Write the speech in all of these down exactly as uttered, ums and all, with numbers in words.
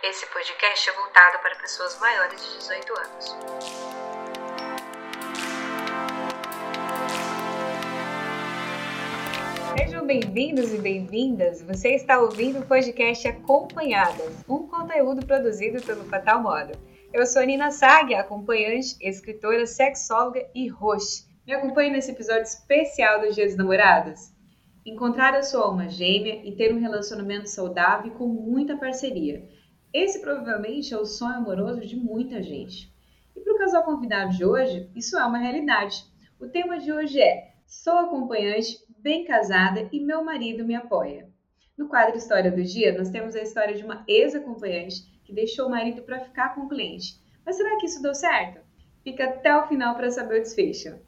Esse podcast é voltado para pessoas maiores de dezoito anos. Sejam bem-vindos e bem-vindas. Você está ouvindo o podcast Acompanhadas, um conteúdo produzido pelo Fatal Moda. Eu sou a Nina Sag, acompanhante, escritora, sexóloga e host. Me acompanhe nesse episódio especial dos Dias dos Namorados. Encontrar a sua alma gêmea e ter um relacionamento saudável com muita parceria. Esse provavelmente é o sonho amoroso de muita gente. E para o casal convidado de hoje, isso é uma realidade. O tema de hoje é: sou acompanhante, bem casada e meu marido me apoia. No quadro História do Dia, nós temos a história de uma ex-acompanhante que deixou o marido para ficar com o cliente. Mas será que isso deu certo? Fica até o final para saber o desfecho.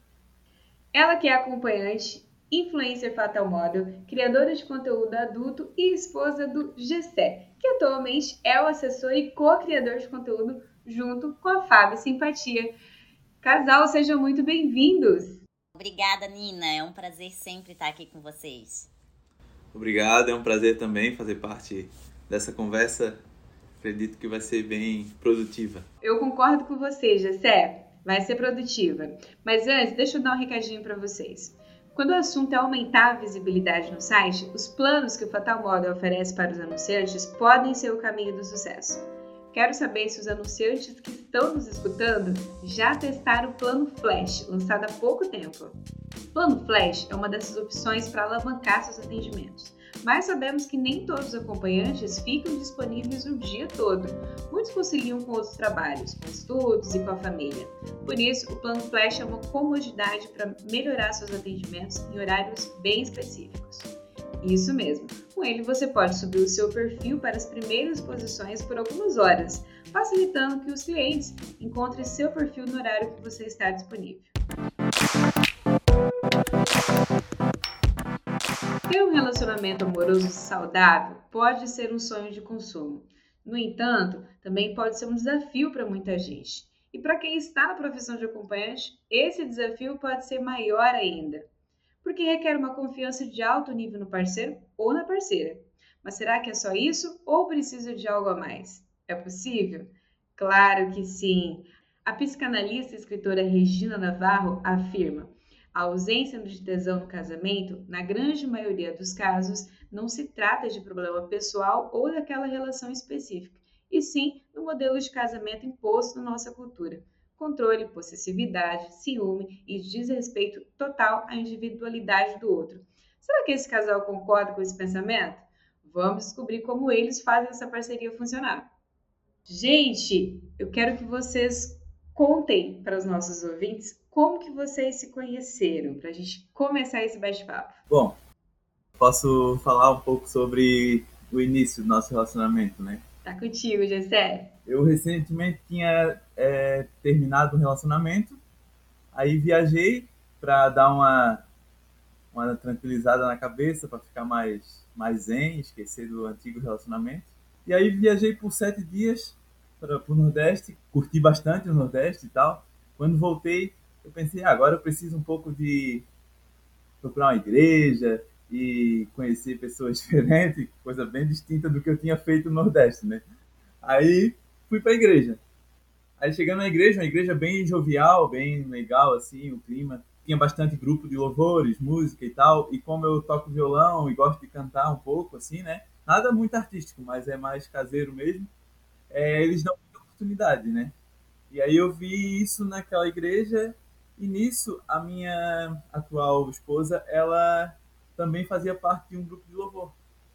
Ela que é acompanhante, influencer Fatal Model, criadora de conteúdo adulto e esposa do Gessé, que atualmente é o assessor e co-criador de conteúdo junto com a Fábio Simpatia. Casal, sejam muito bem-vindos! Obrigada, Nina. É um prazer sempre estar aqui com vocês. Obrigado, é um prazer também fazer parte dessa conversa. Acredito que vai ser bem produtiva. Eu concordo com você, Gessé. Vai ser produtiva. Mas antes, deixa eu dar um recadinho para vocês. Quando o assunto é aumentar a visibilidade no site, os planos que o Fatal Model oferece para os anunciantes podem ser o caminho do sucesso. Quero saber se os anunciantes que estão nos escutando já testaram o Plano Flash, lançado há pouco tempo. O Plano Flash é uma dessas opções para alavancar seus atendimentos. Mas sabemos que nem todos os acompanhantes ficam disponíveis o dia todo. Muitos conciliam com outros trabalhos, com estudos e com a família. Por isso, o Plano Flash é uma comodidade para melhorar seus atendimentos em horários bem específicos. Isso mesmo, com ele você pode subir o seu perfil para as primeiras posições por algumas horas, facilitando que os clientes encontrem seu perfil no horário que você está disponível. Ter um relacionamento amoroso saudável pode ser um sonho de consumo. No entanto, também pode ser um desafio para muita gente. E para quem está na profissão de acompanhante, esse desafio pode ser maior ainda, porque requer uma confiança de alto nível no parceiro ou na parceira. Mas será que é só isso ou precisa de algo a mais? É possível? Claro que sim! A psicanalista e escritora Regina Navarro afirma: a ausência de tesão no casamento, na grande maioria dos casos, não se trata de problema pessoal ou daquela relação específica, e sim do modelo de casamento imposto na nossa cultura. Controle, possessividade, ciúme e desrespeito total à individualidade do outro. Será que esse casal concorda com esse pensamento? Vamos descobrir como eles fazem essa parceria funcionar. Gente, eu quero que vocês contem para os nossos ouvintes como que vocês se conheceram, para a gente começar esse bate-papo. Bom, posso falar um pouco sobre o início do nosso relacionamento, né? Tá contigo, Gessé. Eu recentemente tinha é, terminado um relacionamento, aí viajei para dar uma, uma tranquilizada na cabeça, para ficar mais, mais zen, esquecer do antigo relacionamento. E aí viajei por sete dias para o Nordeste, curti bastante o Nordeste e tal. Quando voltei, eu pensei, ah, agora eu preciso um pouco de procurar uma igreja e conhecer pessoas diferentes, coisa bem distinta do que eu tinha feito no Nordeste, né? Aí fui para a igreja. Aí chegando na igreja, uma igreja bem jovial, bem legal, assim, o clima. Tinha bastante grupo de louvores, música e tal. E como eu toco violão e gosto de cantar um pouco, assim, né? Nada muito artístico, mas é mais caseiro mesmo. É, eles dão muita oportunidade, né? E aí eu vi isso naquela igreja e nisso a minha atual esposa, ela também fazia parte de um grupo de louvor.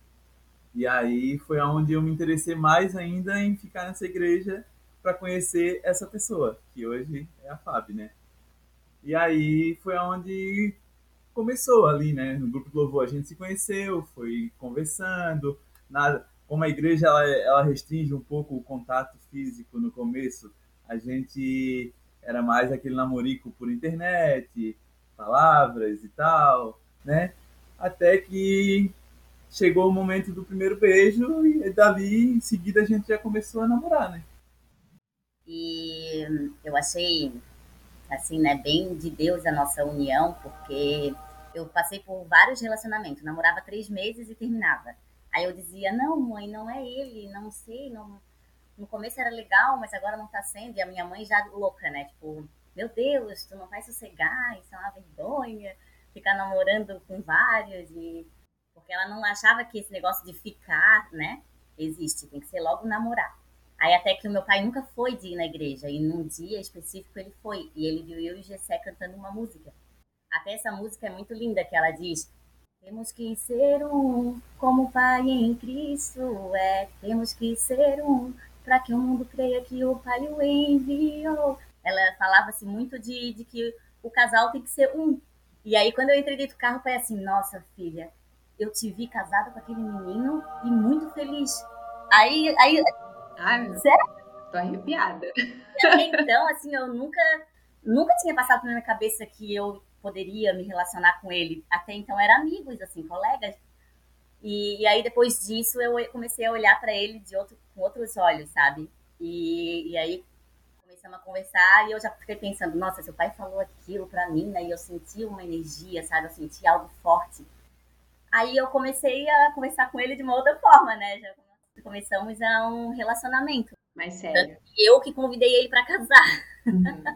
E aí foi onde eu me interessei mais ainda em ficar nessa igreja para conhecer essa pessoa, que hoje é a Fábio, né? E aí foi onde começou ali, né? No grupo de louvor a gente se conheceu, foi conversando, nada. Como a igreja ela, ela restringe um pouco o contato físico no começo, a gente era mais aquele namorico por internet, palavras e tal, né? Até que chegou o momento do primeiro beijo e dali em seguida a gente já começou a namorar, né? E eu achei, assim, né, bem de Deus a nossa união, porque eu passei por vários relacionamentos, namorava três meses e terminava. Aí eu dizia, não, mãe, não é ele, não sei, não... no começo era legal, mas agora não tá sendo. E a minha mãe já louca, né? Tipo, meu Deus, tu não vai sossegar, isso é uma vergonha, ficar namorando com vários. E... Porque ela não achava que esse negócio de ficar, né, existe, tem que ser logo namorar. Aí até que o meu pai nunca foi de ir na igreja, e num dia específico ele foi, e ele viu eu e Gessé cantando uma música. Até essa música é muito linda, que ela diz: temos que ser um, como o Pai em Cristo é. Temos que ser um, para que o mundo creia que o Pai o enviou. Ela falava-se muito de, de que o casal tem que ser um. E aí, quando eu entrei dentro do carro, foi assim: nossa, filha, eu te vi casada com aquele menino e muito feliz. Aí, aí Ai, meu, sério? tô arrepiada. Então, assim, eu nunca, nunca tinha passado pela minha cabeça que eu poderia me relacionar com ele. Até então, eram amigos, assim, colegas. E, e aí, depois disso, eu comecei a olhar para ele de outro, com outros olhos, sabe? E, e aí, começamos a conversar e eu já fiquei pensando, nossa, seu pai falou aquilo para mim, né? E eu senti uma energia, sabe? Eu senti algo forte. Aí eu comecei a conversar com ele de uma outra forma, né? Já começamos a um relacionamento. Mas sério. E eu que convidei ele para casar. Uhum.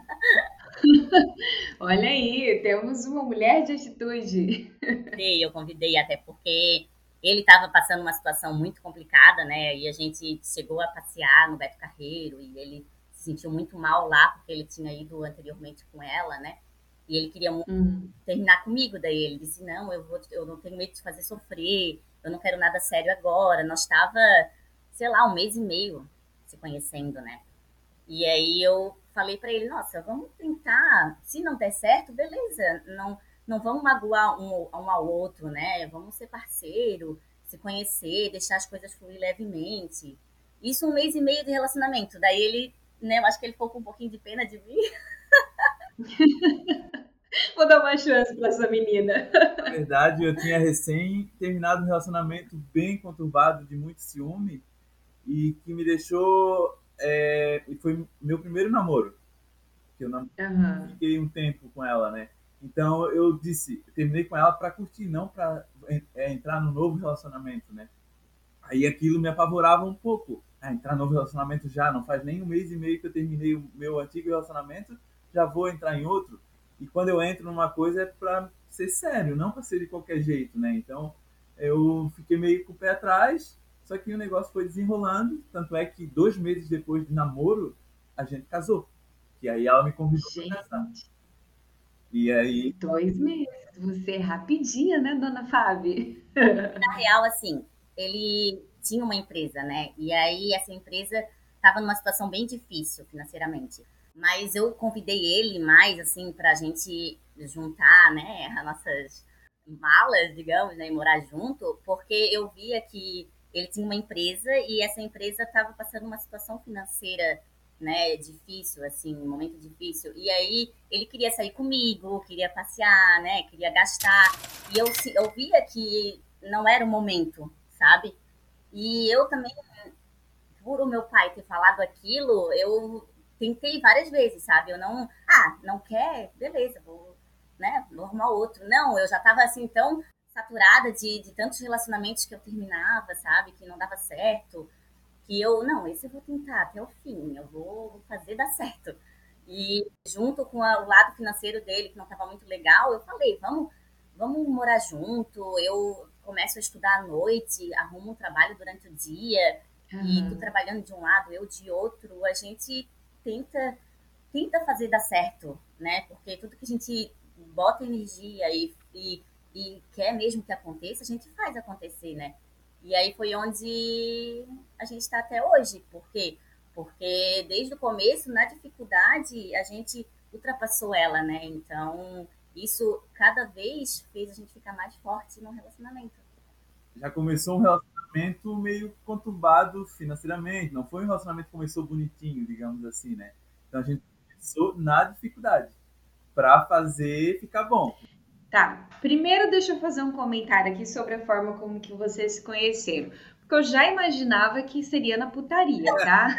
Olha aí, temos uma mulher de atitude. Eu convidei até porque ele estava passando uma situação muito complicada, né? E a gente chegou a passear no Beto Carreiro e ele se sentiu muito mal lá porque ele tinha ido anteriormente com ela, né? E ele queria muito uhum. terminar comigo. Daí ele disse: não, eu, vou, eu não tenho medo de fazer sofrer, eu não quero nada sério agora. Nós estava, sei lá, um mês e meio se conhecendo, né? E aí eu falei para ele: nossa, vamos tentar. Se não der certo, beleza. Não, não vamos magoar um, um ao outro, né? Vamos ser parceiro, se conhecer, deixar as coisas fluir levemente. Isso um mês e meio de relacionamento. Daí ele, né? Eu acho que ele ficou com um pouquinho de pena de mim. Vou dar uma chance para essa menina. Na verdade, eu tinha recém terminado um relacionamento bem conturbado, de muito ciúme, e que me deixou... É, e foi meu primeiro namoro. Que eu nam- uhum. Fiquei um tempo com ela, né? Então eu disse, eu terminei com ela para curtir, não para é, entrar no novo relacionamento, né? Aí aquilo me apavorava um pouco. Ah, entrar no novo relacionamento já, não faz nem um mês e meio que eu terminei o meu antigo relacionamento, já vou entrar em outro. E quando eu entro numa coisa é para ser sério, não para ser de qualquer jeito, né? Então eu fiquei meio com o pé atrás, só que o negócio foi desenrolando, tanto é que dois meses depois de namoro, a gente casou. E aí ela me convidou para casar. E aí... Dois meses. Você é rapidinha, né, dona Fábio? Na real, assim, ele tinha uma empresa, né? E aí essa empresa estava numa situação bem difícil financeiramente. Mas eu convidei ele mais, assim, pra gente juntar, né, as nossas malas, digamos, né, e morar junto, porque eu via que ele tinha uma empresa e essa empresa estava passando uma situação financeira, né, difícil, assim, um momento difícil. E aí ele queria sair comigo, queria passear, né, queria gastar. E eu, eu via que não era o momento, sabe? E eu também, por o meu pai ter falado aquilo, eu tentei várias vezes, sabe? Eu não, ah, não quer? Beleza, vou, né, vou arrumar outro. Não, eu já tava assim tão saturada de, de tantos relacionamentos que eu terminava, sabe? Que não dava certo. Que eu, não, esse eu vou tentar até o fim, eu vou fazer dar certo. E junto com a, o lado financeiro dele, que não estava muito legal, eu falei, vamos, vamos morar junto, eu começo a estudar à noite, arrumo um trabalho durante o dia, uhum. E tu trabalhando de um lado, eu de outro, a gente tenta, tenta fazer dar certo, né? Porque tudo que a gente bota energia e, e, e quer mesmo que aconteça, a gente faz acontecer, né? E aí foi onde a gente está até hoje. Por quê? Porque desde o começo, na dificuldade, a gente ultrapassou ela, né? Então, isso cada vez fez a gente ficar mais forte no relacionamento. Já começou um relacionamento meio conturbado financeiramente. Não foi um relacionamento que começou bonitinho, digamos assim, né? Então, a gente começou na dificuldade para fazer ficar bom. Tá, primeiro deixa eu fazer um comentário aqui sobre a forma como que vocês se conheceram. Porque eu já imaginava que seria na putaria, tá?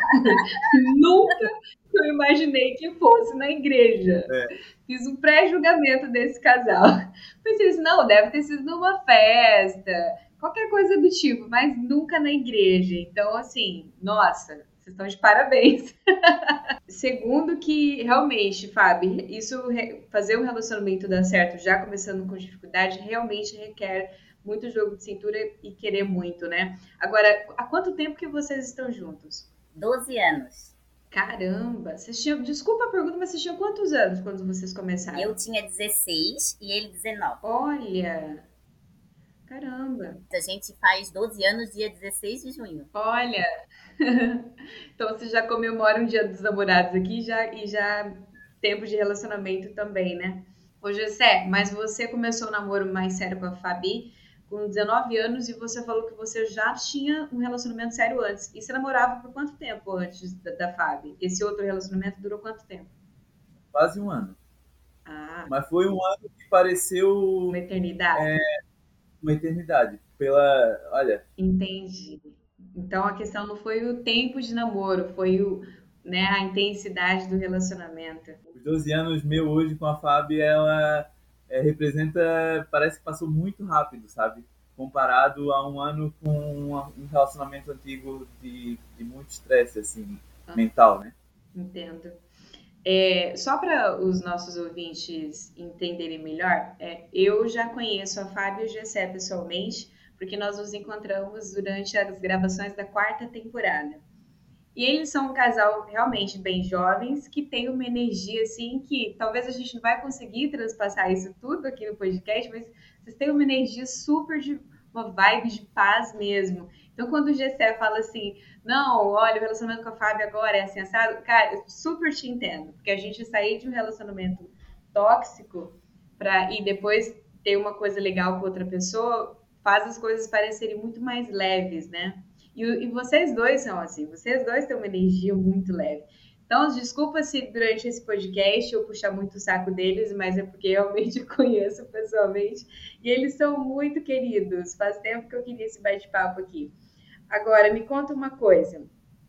Nunca eu imaginei que fosse na igreja. É. Fiz um pré-julgamento desse casal. Pensei assim, não, deve ter sido numa festa, qualquer coisa do tipo, mas nunca na igreja. Então, assim, nossa, Vocês estão de parabéns. Segundo que, realmente, Fábio, isso, fazer um relacionamento dar certo, já começando com dificuldade, realmente requer muito jogo de cintura e querer muito, né? Agora, há quanto tempo que vocês estão juntos? doze anos. Caramba! Vocês tinham, desculpa a pergunta, mas vocês tinham quantos anos quando vocês começaram? Eu tinha dezesseis e ele dezenove. Olha! Caramba! A gente faz doze anos dia dezesseis de junho. Olha! Então você já comemora um dia dos namorados aqui já, e já tempo de relacionamento também, né? Ô Gessé, mas você começou o namoro mais sério com a Fabi com dezenove anos e você falou que você já tinha um relacionamento sério antes. E você namorava por quanto tempo antes da, da Fabi? Esse outro relacionamento durou quanto tempo? Quase um ano. Ah, Mas foi um ano que pareceu uma eternidade. É, uma eternidade. Pela, olha. Entendi. Então a questão não foi o tempo de namoro, foi o, né, a intensidade do relacionamento. Os doze anos meu hoje com a Fábio, ela é, representa, parece que passou muito rápido, sabe? Comparado a um ano com um relacionamento antigo de, de muito estresse, assim, ah, mental, né? Entendo. É, só para os nossos ouvintes entenderem melhor, é, eu já conheço a Fábio e o Gessé pessoalmente, porque nós nos encontramos durante as gravações da quarta temporada. E eles são um casal realmente bem jovens, que tem uma energia assim que talvez a gente não vai conseguir transpassar isso tudo aqui no podcast, mas vocês têm uma energia super de uma vibe de paz mesmo. Então quando o Gessé fala assim, não, olha, o relacionamento com a Fábio agora é assim assado, cara, eu super te entendo, porque a gente sair de um relacionamento tóxico para e depois ter uma coisa legal com outra pessoa faz as coisas parecerem muito mais leves, né? E, e vocês dois são assim, vocês dois têm uma energia muito leve. Então, desculpa se durante esse podcast eu puxar muito o saco deles, mas é porque realmente eu conheço pessoalmente. E eles são muito queridos. Faz tempo que eu queria esse bate-papo aqui. Agora, me conta uma coisa.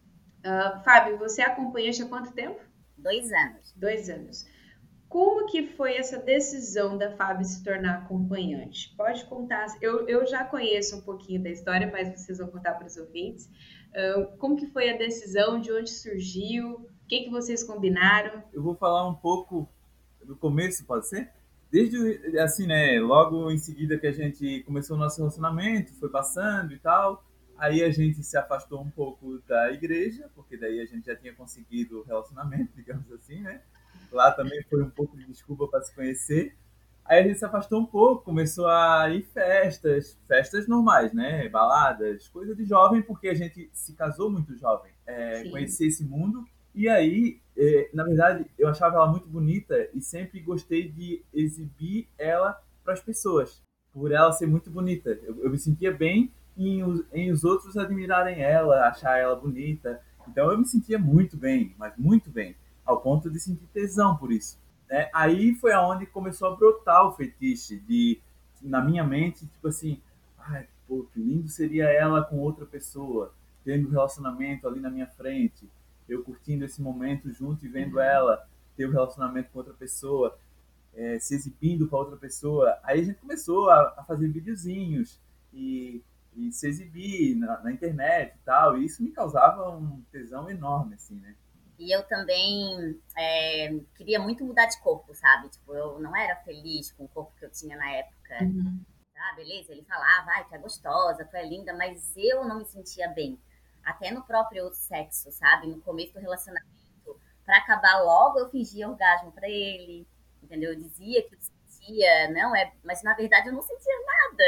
Uh, Fábio, você acompanha há quanto tempo? Dois anos. Dois anos. Como que foi essa decisão da Fábio se tornar acompanhante? Pode contar, eu, eu já conheço um pouquinho da história, mas vocês vão contar para os ouvintes. Uh, como que foi a decisão, de onde surgiu, o que, que vocês combinaram? Eu vou falar um pouco do começo, pode ser? Desde, assim, né, logo em seguida que a gente começou o nosso relacionamento, foi passando e tal, aí a gente se afastou um pouco da igreja, porque daí a gente já tinha conseguido o relacionamento, digamos assim, né? Lá também foi um pouco de desculpa para se conhecer. Aí a gente se afastou um pouco, começou a ir festas, festas normais, né? Baladas, coisa de jovem, porque a gente se casou muito jovem, é, conhecia esse mundo. E aí, é, na verdade, eu achava ela muito bonita e sempre gostei de exibir ela para as pessoas, por ela ser muito bonita. Eu, eu me sentia bem em os, em os outros admirarem ela, achar ela bonita. Então eu me sentia muito bem, mas muito bem, ao ponto de sentir tesão por isso. Né? Aí foi aonde começou a brotar o fetiche, de, na minha mente, tipo assim, ai, pô, que lindo seria ela com outra pessoa, tendo um relacionamento ali na minha frente, eu curtindo esse momento junto e vendo uhum. ela ter um relacionamento com outra pessoa, é, se exibindo para outra pessoa. Aí a gente começou a, a fazer videozinhos e, e se exibir na, na internet e tal, e isso me causava um tesão enorme, assim, né? E eu também é, queria muito mudar de corpo, sabe? Tipo, eu não era feliz com o corpo que eu tinha na época. Uhum. Ah, beleza, ele falava, ai, tu é gostosa, tu é linda, mas eu não me sentia bem. Até no próprio sexo, sabe? No começo do relacionamento. Pra acabar logo, eu fingia orgasmo pra ele, entendeu? Eu dizia que eu sentia, não é... Mas, na verdade, eu não sentia nada.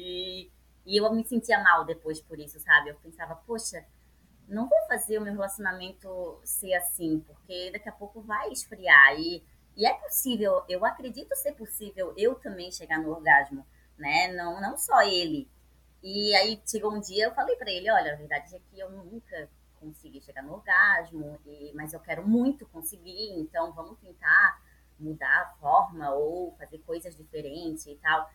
E, e eu me sentia mal depois por isso, sabe? Eu pensava, poxa... não vou fazer o meu relacionamento ser assim, porque daqui a pouco vai esfriar. E, e é possível, eu acredito ser possível eu também chegar no orgasmo, né? Não, não só ele. E aí chegou um dia, eu falei pra ele, olha, a verdade é que eu nunca consegui chegar no orgasmo, e, mas eu quero muito conseguir, então vamos tentar mudar a forma ou fazer coisas diferentes e tal.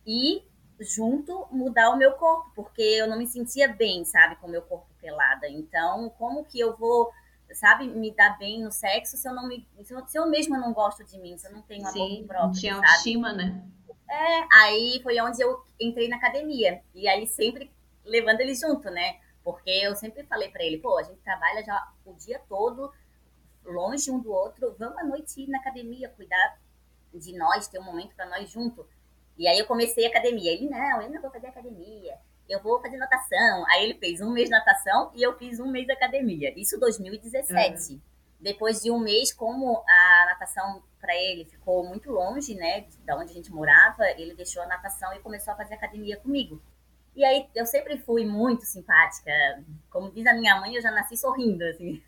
E junto mudar o meu corpo, porque eu não me sentia bem, sabe, com o meu corpo pelada. Então, como que eu vou, sabe, me dar bem no sexo se eu não me, se eu, se eu mesma não gosto de mim, se eu não tenho amor Sim, próprio, não tinha sabe? autoestima, né? É, aí foi onde eu entrei na academia, e aí sempre levando ele junto, né? Porque eu sempre falei pra ele, pô, a gente trabalha já o dia todo longe um do outro, vamos à noite ir na academia, cuidar de nós, ter um momento pra nós junto. E aí eu comecei a academia. Ele, não, eu não vou fazer academia, eu vou fazer natação. Aí ele fez um mês natação e eu fiz um mês academia. Isso dois mil e dezessete. Uhum. Depois de um mês, como a natação para ele ficou muito longe, né, da onde a gente morava, ele deixou a natação e começou a fazer academia comigo. E aí eu sempre fui muito simpática. Como diz a minha mãe, eu já nasci sorrindo, assim.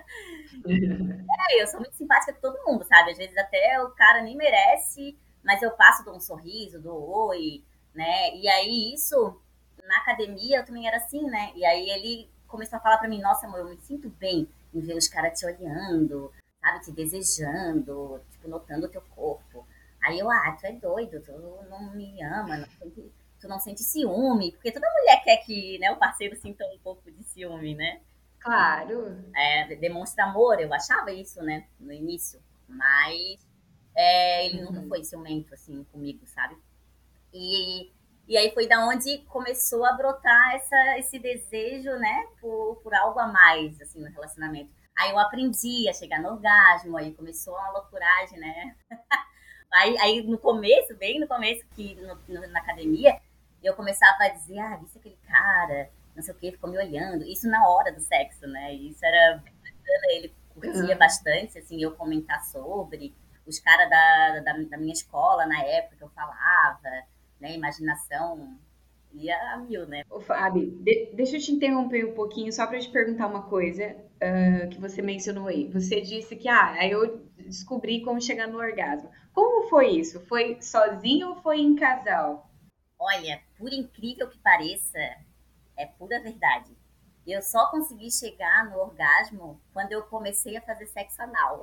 É, eu sou muito simpática com todo mundo, sabe? Às vezes até o cara nem merece, mas eu passo, dou um sorriso, dou oi, né? E aí isso, na academia, eu também era assim, né? E aí ele começou a falar pra mim, nossa, amor, eu me sinto bem em ver os caras te olhando, sabe? Te desejando, tipo, notando o teu corpo. Aí eu, ah, tu é doido, tu não me ama, não sente, tu não sente ciúme, porque toda mulher quer que, né, o parceiro sinta um pouco de ciúme, né? Claro. É, demonstra amor, eu achava isso, né, no início. Mas é, ele uhum. nunca foi ciumento, assim, comigo, sabe? E, e aí foi da onde começou a brotar essa, esse desejo, né, por, por algo a mais, assim, no relacionamento. Aí eu aprendi a chegar no orgasmo, aí começou uma loucuragem, né? aí, aí no começo, bem no começo, que no, no, na academia, eu começava a dizer, ah, viste aquele cara, não sei o que, ficou me olhando. Isso na hora do sexo, né? Isso era bacana, ele curtia uhum. bastante, assim, eu comentar sobre. Os caras da, da, da minha escola, na época, que eu falava, né? Imaginação ia a mil, né? Ô, Fábio, de, deixa eu te interromper um pouquinho, só para te perguntar uma coisa uh, que você mencionou aí. Você disse que, ah, aí eu descobri como chegar no orgasmo. Como foi isso? Foi sozinho ou foi em casal? Olha, por incrível que pareça, é pura verdade. Eu só consegui chegar no orgasmo quando eu comecei a fazer sexo anal.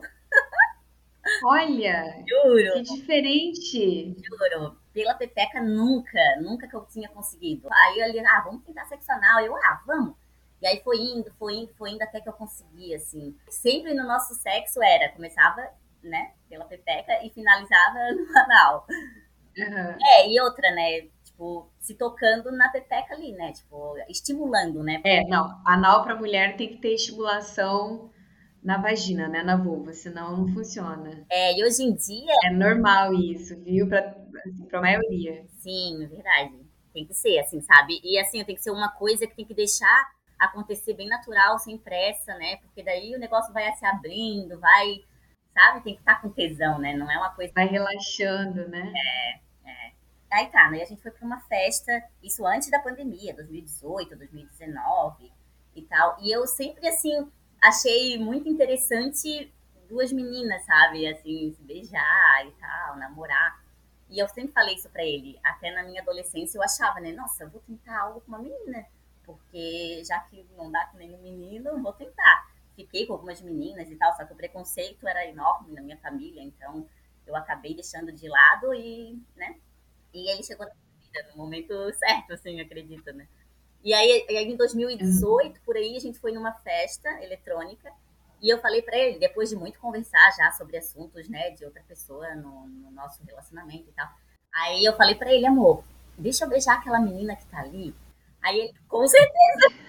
Olha, juro, que diferente. Juro, pela pepeca nunca, nunca que eu tinha conseguido. Aí eu ali, ah, vamos tentar sexo anal. Eu, ah, vamos. E aí foi indo, foi indo, foi indo até que eu consegui, assim. Sempre no nosso sexo era, começava, né, pela pepeca e finalizava no anal. Uhum. É, e outra, né, tipo, se tocando na pepeca ali, né, tipo, estimulando, né. É, não, anal pra mulher tem que ter estimulação na vagina, né, na vulva, senão não funciona. É, e hoje em dia... É normal isso, viu, pra, assim, pra maioria. Sim, verdade. Tem que ser, assim, sabe? E, assim, tem que ser uma coisa que tem que deixar acontecer bem natural, sem pressa, né, porque daí o negócio vai se abrindo, vai... Sabe? Tem que estar com tesão, né? Não é uma coisa... Vai relaxando, né? É, é. Aí tá, né? A gente foi pra uma festa, isso antes da pandemia, dois mil e dezoito, dois mil e dezenove e tal. E eu sempre, assim, achei muito interessante duas meninas, sabe? Assim, se beijar e tal, namorar. E eu sempre falei isso pra ele. Até na minha adolescência eu achava, né? Nossa, eu vou tentar algo com uma menina. Porque já que não dá com nenhum menino, vou tentar. Fiquei com algumas meninas e tal, só que o preconceito era enorme na minha família, então eu acabei deixando de lado e, né, e ele chegou na minha vida no momento certo, assim, acredito, né. E aí, aí em dois mil e dezoito, por aí, a gente foi numa festa eletrônica e eu falei pra ele, depois de muito conversar já sobre assuntos, né, de outra pessoa no, no nosso relacionamento e tal, aí eu falei pra ele, amor, deixa eu beijar aquela menina que tá ali. Aí ele, com certeza...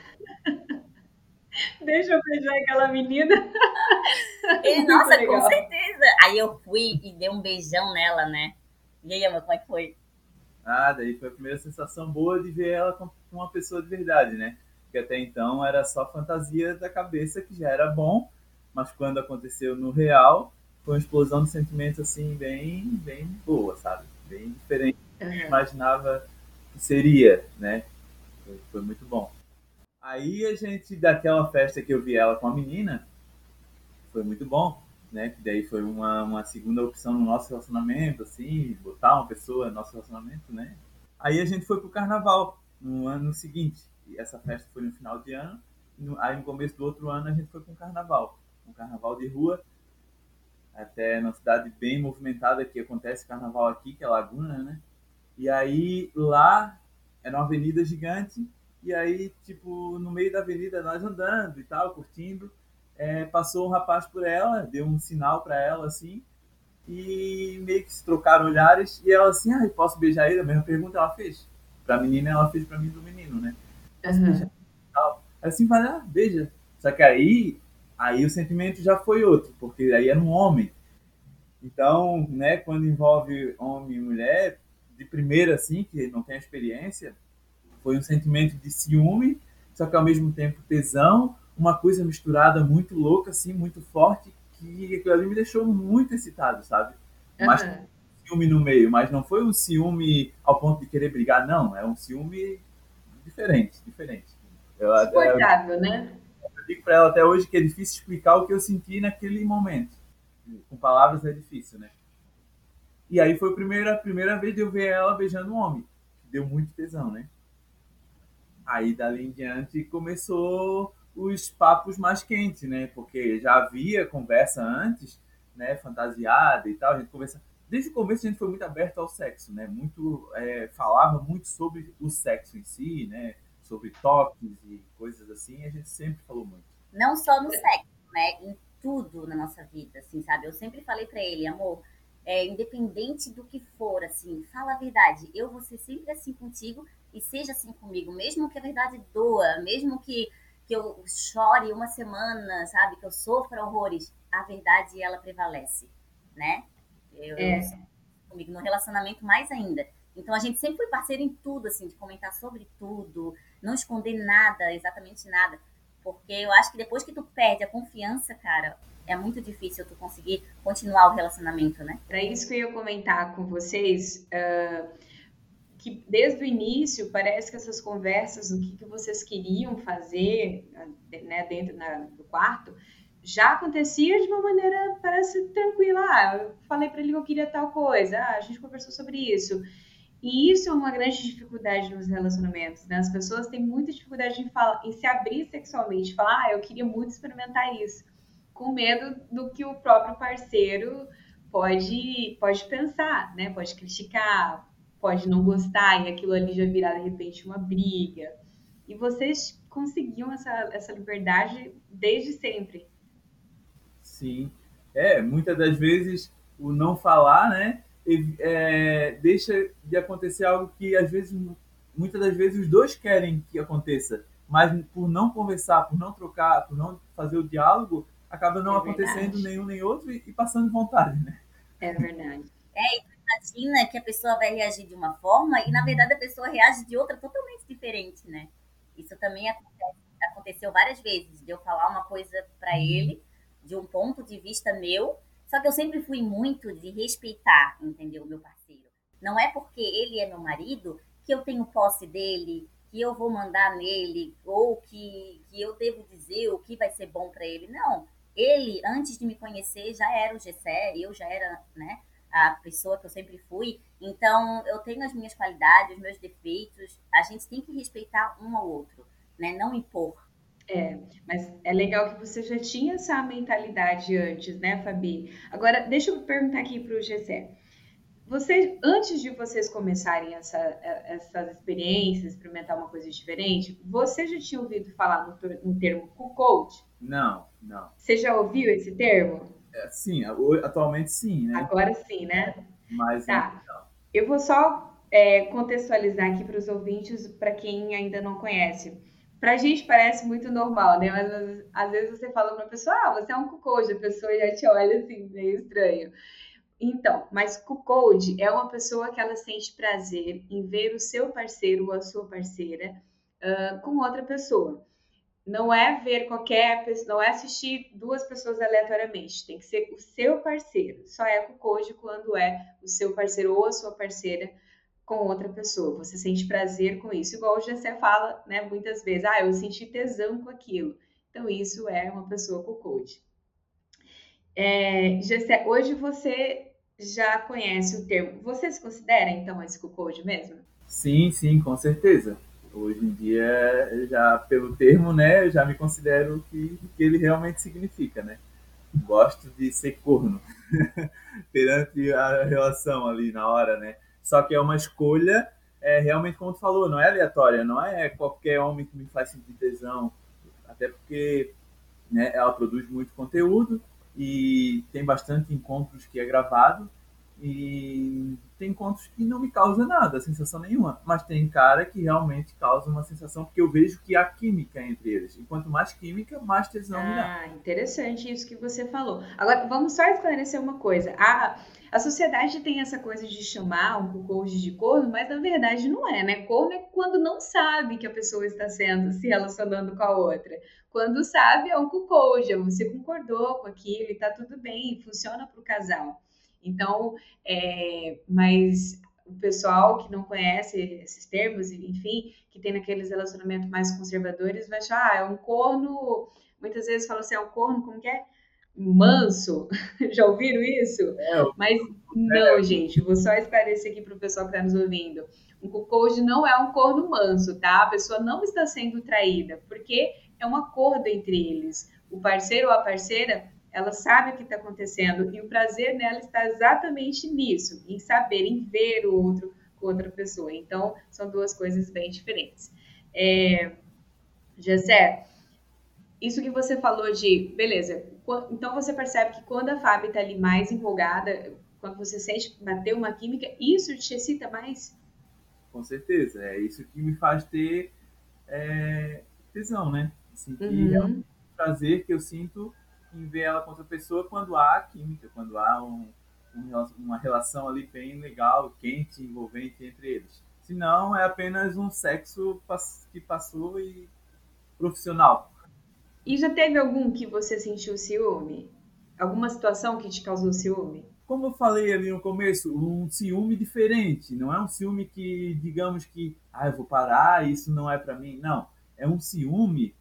Deixa eu beijar aquela menina. Ele, nossa, com certeza. Aí eu fui e dei um beijão nela, né? E aí, amor, como é que foi? Ah, daí foi a primeira sensação boa de ver ela com uma pessoa de verdade, né? Porque até então era só fantasia da cabeça, que já era bom, mas quando aconteceu no real, foi uma explosão de sentimentos, assim, bem, bem boa, sabe? Bem diferente do que eu imaginava que seria, né? Foi, foi muito bom. Aí a gente, daquela festa que eu vi ela com a menina, foi muito bom, né? Que daí foi uma, uma segunda opção no nosso relacionamento, assim, botar uma pessoa no nosso relacionamento, né? Aí a gente foi pro carnaval no ano seguinte. E essa festa foi no final de ano. No, aí no começo do outro ano a gente foi para um carnaval. Um carnaval de rua. Até numa cidade bem movimentada que acontece carnaval aqui, que é Laguna, né? E aí lá era uma avenida gigante. E aí, tipo, no meio da avenida, nós andando e tal, curtindo, é, passou um rapaz por ela, deu um sinal pra ela, assim, e meio que se trocaram olhares, e ela assim, ah, posso beijar ele? A mesma pergunta ela fez. Pra menina, ela fez pra mim do menino, né? Posso uhum. beijar ele e tal? Assim, vai lá, beija. Só que aí, aí o sentimento já foi outro, porque aí era um homem. Então, né, quando envolve homem e mulher, de primeira assim, que não tem experiência, foi um sentimento de ciúme, só que ao mesmo tempo tesão, uma coisa misturada muito louca, assim, muito forte, que aquilo ali me deixou muito excitado, sabe? Mas Aham. ciúme no meio, mas não foi um ciúme ao ponto de querer brigar, não. É um ciúme diferente, diferente. Eu, até, eu Suportável, né? digo para ela até hoje que é difícil explicar o que eu senti naquele momento. Com palavras é difícil, né? E aí foi a primeira, a primeira vez de eu ver ela beijando um homem. Deu muito tesão, né? Aí dali em diante começou os papos mais quentes, né? Porque já havia conversa antes, né? Fantasiada e tal. A gente conversa. Desde o começo a gente foi muito aberto ao sexo, né? Muito é, falava muito sobre o sexo em si, né? Sobre toques e coisas assim. A gente sempre falou muito. Não só no sexo, né? Em tudo na nossa vida, assim, sabe? Eu sempre falei pra ele, amor, é, independente do que for, assim, fala a verdade. Eu vou ser sempre assim contigo e seja assim comigo, mesmo que a verdade doa, mesmo que, que eu chore uma semana, sabe? Que eu sofra horrores, a verdade ela prevalece, né? Eu, eu É, comigo no relacionamento mais ainda. Então a gente sempre foi parceiro em tudo, assim, de comentar sobre tudo, não esconder nada, exatamente nada. Porque eu acho que depois que tu perde a confiança, cara, é muito difícil tu conseguir continuar o relacionamento, né? para isso que eu ia comentar com vocês, ah, que desde o início parece que essas conversas do que, que vocês queriam fazer, né, dentro na- do quarto, já acontecia de uma maneira, parece, tranquila. Ah, eu falei para ele que eu queria tal coisa, ah, a gente conversou sobre isso. E isso é uma grande dificuldade nos relacionamentos, né? As pessoas têm muita dificuldade em, falar, em se abrir sexualmente, falar, ah, eu queria muito experimentar isso, com medo do que o próprio parceiro pode, pode pensar, né? Pode criticar, pode não gostar, e aquilo ali já virar de repente uma briga. E vocês conseguiam essa, essa liberdade desde sempre. Sim. É, muitas das vezes o não falar, né, é, deixa de acontecer algo que às vezes, muitas das vezes os dois querem que aconteça, mas por não conversar, por não trocar, por não fazer o diálogo, acaba não É acontecendo verdade. nenhum nem outro e, e passando vontade, né? É verdade. É, e tu imagina que a pessoa vai reagir de uma forma e, na verdade, a pessoa reage de outra totalmente diferente, né? Isso também acontece, aconteceu várias vezes, de eu falar uma coisa para ele, de um ponto de vista meu, só que eu sempre fui muito de respeitar, entendeu, o meu parceiro. Não é porque ele é meu marido que eu tenho posse dele, que eu vou mandar nele, ou que, que eu devo dizer o que vai ser bom para ele. Não. Ele, antes de me conhecer, já era o Gessé, eu já era, né, a pessoa que eu sempre fui. Então, eu tenho as minhas qualidades, os meus defeitos. A gente tem que respeitar um ao outro, né? Não impor. É, mas é legal que você já tinha essa mentalidade antes, né, Fabi? Agora, deixa eu perguntar aqui para o Gessé. Você, antes de vocês começarem essa, essas experiências, experimentar uma coisa diferente, você já tinha ouvido falar no, no termo cuckold? Não, não. Você já ouviu esse termo? É, sim, atualmente sim, né? Agora sim, né? Mas antes Tá. não. Eu vou só é, contextualizar aqui para os ouvintes, para quem ainda não conhece. Para a gente parece muito normal, né? Mas às, às vezes você fala para uma pessoa, ah, você é um cuckold, a pessoa já te olha assim, meio estranho. Então, mas cuckold é uma pessoa que ela sente prazer em ver o seu parceiro ou a sua parceira uh, com outra pessoa. Não é ver qualquer pessoa, não é assistir duas pessoas aleatoriamente, tem que ser o seu parceiro. Só é cuckold quando é o seu parceiro ou a sua parceira com outra pessoa. Você sente prazer com isso, igual o Gessé fala, né, muitas vezes, ah, eu senti tesão com aquilo. Então, isso é uma pessoa cuckold. É, Gessé, hoje você já conhece o termo. Você se considera, então, esse cuckold mesmo? Sim, sim, com certeza. Hoje em dia, eu já pelo termo, né, eu já me considero o que, o que ele realmente significa, né? Gosto de ser corno perante a relação ali na hora, né? Só que é uma escolha, é, realmente como tu falou, não é aleatória, não é qualquer homem que me faz sentir tesão, até porque, né, ela produz muito conteúdo e tem bastante encontros que é gravado, E tem encontros que não me causam nada, sensação nenhuma. Mas tem cara que realmente causa uma sensação, porque eu vejo que há química entre eles. E quanto mais química, mais tesão me dá. Ah, interessante isso que você falou. Agora, vamos só esclarecer uma coisa. A, a sociedade tem essa coisa de chamar um cuckold de corno, mas na verdade não é, né? Corno é quando não sabe que a pessoa está sendo, se relacionando com a outra. Quando sabe, é um cuckold, você concordou com aquilo e tá tudo bem, funciona para o casal. Então, é, mas o pessoal que não conhece esses termos, enfim, que tem naqueles relacionamentos mais conservadores, vai achar, ah, é um corno, muitas vezes fala assim, é um corno, como que é? Manso. Já ouviram isso? É, eu, Mas não, gente, vou só esclarecer aqui para o pessoal que está nos ouvindo. Um cuckold não é um corno manso, tá? A pessoa não está sendo traída, porque é um acordo entre eles. O parceiro ou a parceira, ela sabe o que está acontecendo e o prazer dela está exatamente nisso, em saber, em ver o outro com outra pessoa. Então, são duas coisas bem diferentes. É, Gessé, isso que você falou de, beleza, então você percebe que quando a Fábio está ali mais empolgada, quando você sente que bateu uma química, isso te excita mais? Com certeza, é isso que me faz ter é, tesão, né? Sentir realmente Uhum. o prazer que eu sinto em ver ela com outra pessoa quando há química, quando há um, um, uma relação ali bem legal, quente, envolvente entre eles. Se não, é apenas um sexo que passou e profissional. E já teve algum que você sentiu ciúme? Alguma situação que te causou ciúme? Como eu falei ali no começo, um ciúme diferente. Não é um ciúme que, digamos que, ah, eu vou parar, isso não é para mim. Não. É um ciúme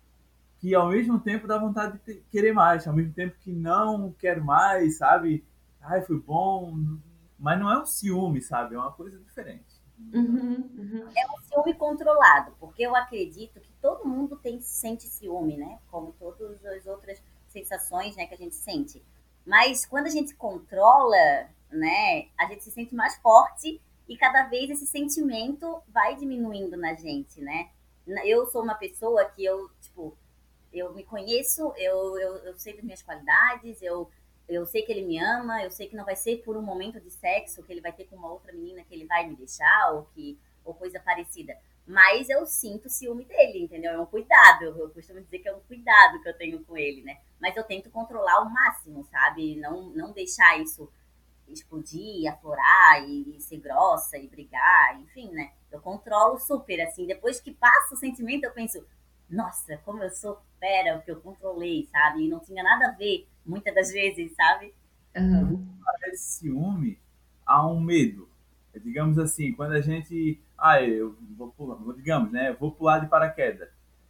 que ao mesmo tempo dá vontade de ter, querer mais, ao mesmo tempo que não quero mais, sabe? Ai, foi bom. Mas não é um ciúme, sabe? É uma coisa diferente. Uhum, uhum. É um ciúme controlado, porque eu acredito que todo mundo tem, sente ciúme, né? Como todas as outras sensações, né, que a gente sente. Mas quando a gente controla, né, a gente se sente mais forte e cada vez esse sentimento vai diminuindo na gente, né? Eu sou uma pessoa que eu, tipo, eu me conheço, eu, eu, eu sei das minhas qualidades, eu, eu sei que ele me ama, eu sei que não vai ser por um momento de sexo que ele vai ter com uma outra menina que ele vai me deixar, ou, que, ou coisa parecida. Mas eu sinto ciúme dele, entendeu? É um cuidado, eu, eu costumo dizer que é um cuidado que eu tenho com ele, né? Mas eu tento controlar ao máximo, sabe? Não, não deixar isso explodir, aflorar e, e ser grossa e brigar, enfim, né? Eu controlo super, assim, depois que passa o sentimento eu penso, nossa, como eu sou fera, o que eu controlei, sabe? E não tinha nada a ver, muitas das vezes, sabe? Uhum. Esse ciúme há um medo. Digamos assim, quando a gente. Ah, eu vou pular, digamos, né? Eu vou pular de paraquedas.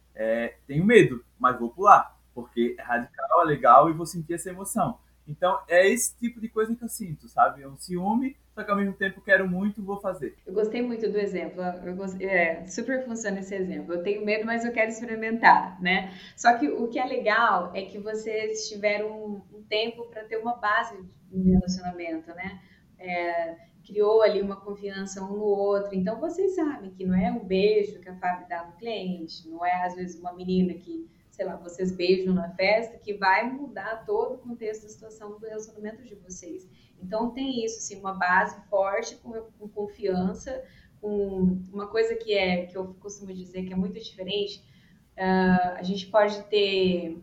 É, tenho medo, mas vou pular, porque é radical, é legal e vou sentir essa emoção. Então, é esse tipo de coisa que eu sinto, sabe? É um ciúme, só que ao mesmo tempo quero muito, vou fazer. Eu gostei muito do exemplo, eu gost... é, super funciona esse exemplo. Eu tenho medo, mas eu quero experimentar, né? Só que o que é legal é que vocês tiveram um, um tempo para ter uma base no relacionamento, né? É, criou ali uma confiança um no outro. Então vocês sabem que não é um beijo que a Fábio dá no cliente, não é às vezes uma menina que, sei lá, vocês beijam na festa, que vai mudar todo o contexto da situação do relacionamento de vocês. Então tem isso, assim, uma base forte, com, com confiança, com uma coisa que é que eu costumo dizer que é muito diferente. Uh, a gente pode ter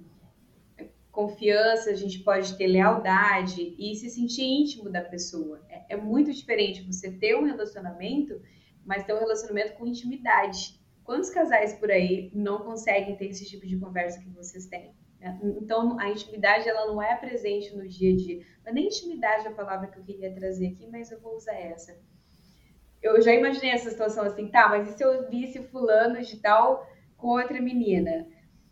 confiança, a gente pode ter lealdade e se sentir íntimo da pessoa. É, é muito diferente você ter um relacionamento, mas ter um relacionamento com intimidade. Quantos casais por aí não conseguem ter esse tipo de conversa que vocês têm? Então, a intimidade, ela não é presente no dia a dia. Mas nem intimidade é a palavra que eu queria trazer aqui, mas eu vou usar essa. Eu já imaginei essa situação assim, tá, mas e se eu visse fulano de tal com outra menina?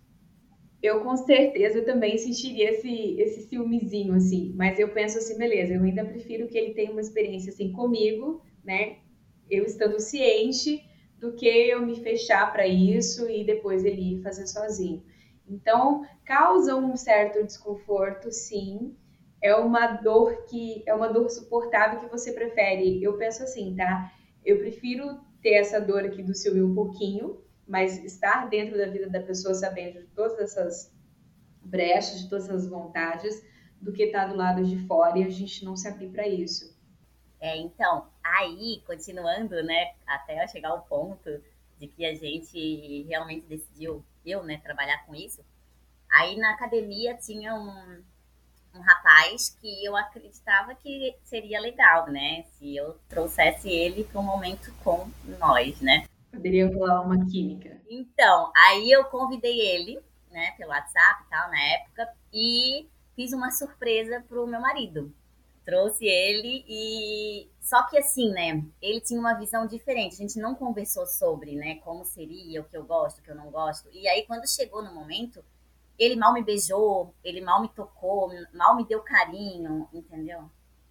Eu com certeza também sentiria esse, esse ciúmezinho, assim. Mas eu penso assim, beleza, eu ainda prefiro que ele tenha uma experiência assim comigo, né? Eu estando ciente do que eu me fechar para isso e depois ele ir fazer sozinho. Então, causa um certo desconforto, sim. É uma dor que é uma dor suportável que você prefere. Eu penso assim, tá? Eu prefiro ter essa dor aqui do ciúme um pouquinho, mas estar dentro da vida da pessoa sabendo de todas essas brechas, de todas essas vontades, do que estar do lado de fora e a gente não se abrir para isso. É, então, aí, continuando, né, até chegar ao ponto de que a gente realmente decidiu, eu, né, trabalhar com isso. Aí na academia tinha um, um rapaz que eu acreditava que seria legal, né, se eu trouxesse ele para um momento com nós, né. Poderia rolar uma química. Então, aí eu convidei ele, né, pelo WhatsApp e tal, na época, e fiz uma surpresa pro meu marido. Trouxe ele e. Só que assim, né? Ele tinha uma visão diferente. A gente não conversou sobre, né? Como seria, o que eu gosto, o que eu não gosto. E aí, quando chegou no momento, ele mal me beijou, ele mal me tocou, mal me deu carinho, entendeu?